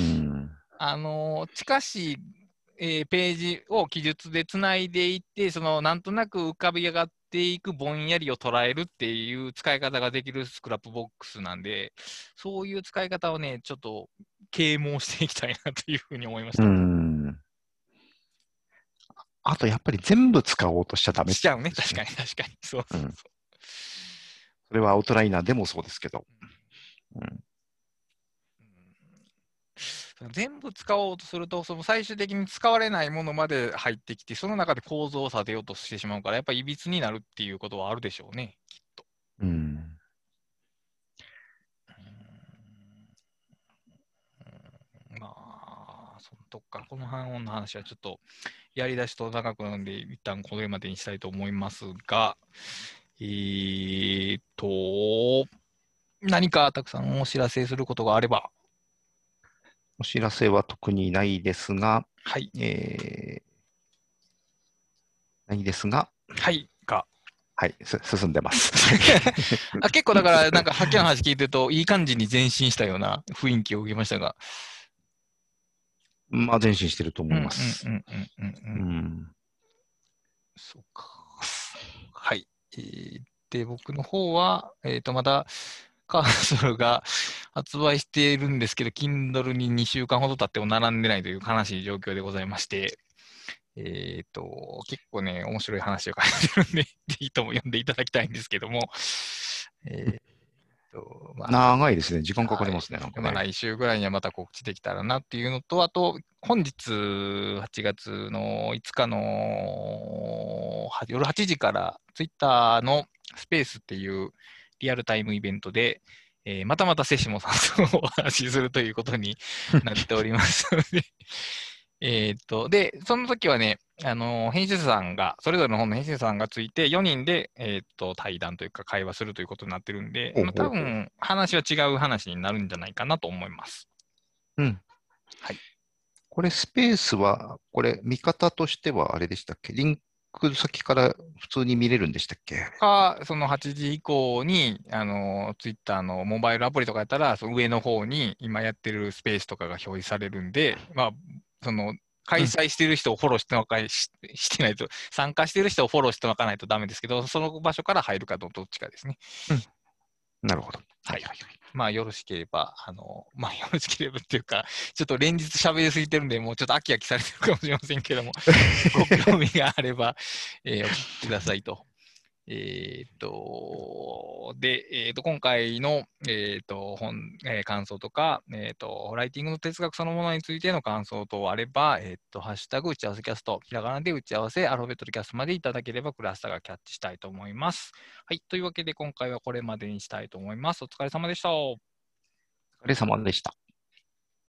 あの、近しい、えーページを記述でつないでいって、その、なんとなく浮かび上がっていくぼんやりを捉えるっていう使い方ができるスクラップボックスなんで、そういう使い方をね、ちょっと啓蒙していきたいなというふうに思いましうた。 ん。あと、やっぱり全部使おうとしちゃダメしちゃうね。 ですね。 確かに、確かに。そううん。 そうそそれはアウトライナーでもそうですけど。うん。 う。うん、全部使おうとすると、その最終的に使われないものまで入ってきて、その中で構造を立てようとしてしまうから、やっぱりいびつになるっていうことはあるでしょうね、きっと。 うん。 そのとか、この半音の話はちょっとやり出しと長くなるんで、一旦これまでにしたいと思いますが、えーっと、何かたくさんお知らせすることがあれば、 お知らせは特にないですが、 はい、 えー、ないですが、 はいが。 はい、す進んでます。 あ、結構だから、なんか、はっきりの話聞いてると、いい感じに前進したような雰囲気を受けましたが。 まあ、前進してると思いうんうんます。 うんうんうんううん。 ん。 そうか。はい。えーで、僕の方は、えっと、まだ、カーソルが発売しているんですけど、Kindle ににしゅうかんほど経っても並んでないという悲しい状況でございまして、えっと、結構ね、面白い話を書いてるんで、ぜひとも読んでいただきたいんですけども、えっと、まあ、 長いですね。時間かかはい。 りますね、なんかまあ、 ね。 来週ぐらいにはまた告知できたらなっていうのと、あと、本日はちがつのいつかのは夜はちじから、ツイッターのスペースっていうリアルタイムイベントで、えーまたまたセシモさんとお話しするということになっておりますので、えーっと、で、その時はね、あの、編集者さんが、それぞれの本の編集者さんがついて、よにんで、えーっと、対談というか会話するということになってるんで、 ほうまあ、 ほうほう。 多分、話は違う話になるんじゃないかなと思います。 うん。 はい。 これ、スペースは、これ、見方としてはあれでしたっけ？リンク先から普通に見れるんでしたっけ？ か、そのはちじ以降に、あの、ツイッターのモバイルアプリとかやったら、その上の方に今やってるスペースとかが表示されるんで、まあ、その、開うん。 催してる人をフォローしておかし、してないと、参加してる人をフォローしておかないとダメですけど、その場所から入るかどっちかですね。 うん。なるほど。ははい。 いはいはい。 まあ、よろしければ、あの、まあ、よろしければっていうか、ちょっと連日喋りすぎてるんで、もうちょっと飽き飽きされてるかもしれませんけども、ご興味があれば、えーお聞きくださいと。えーっと、で、えーっと、今回の、えーっと、本、えー感想とか、えーっと、ライティングの哲学そのものについての感想等あれば、えーっと、ハッシュタグ打ち合わせキャスト、ひらがなで打ち合わせ、アルファベットでキャストまでいただければ、クラスターがキャッチしたいと思います。はい。というわけで、今回はこれまでにしたいと思います。お疲れ様でした。 お疲れ様でした。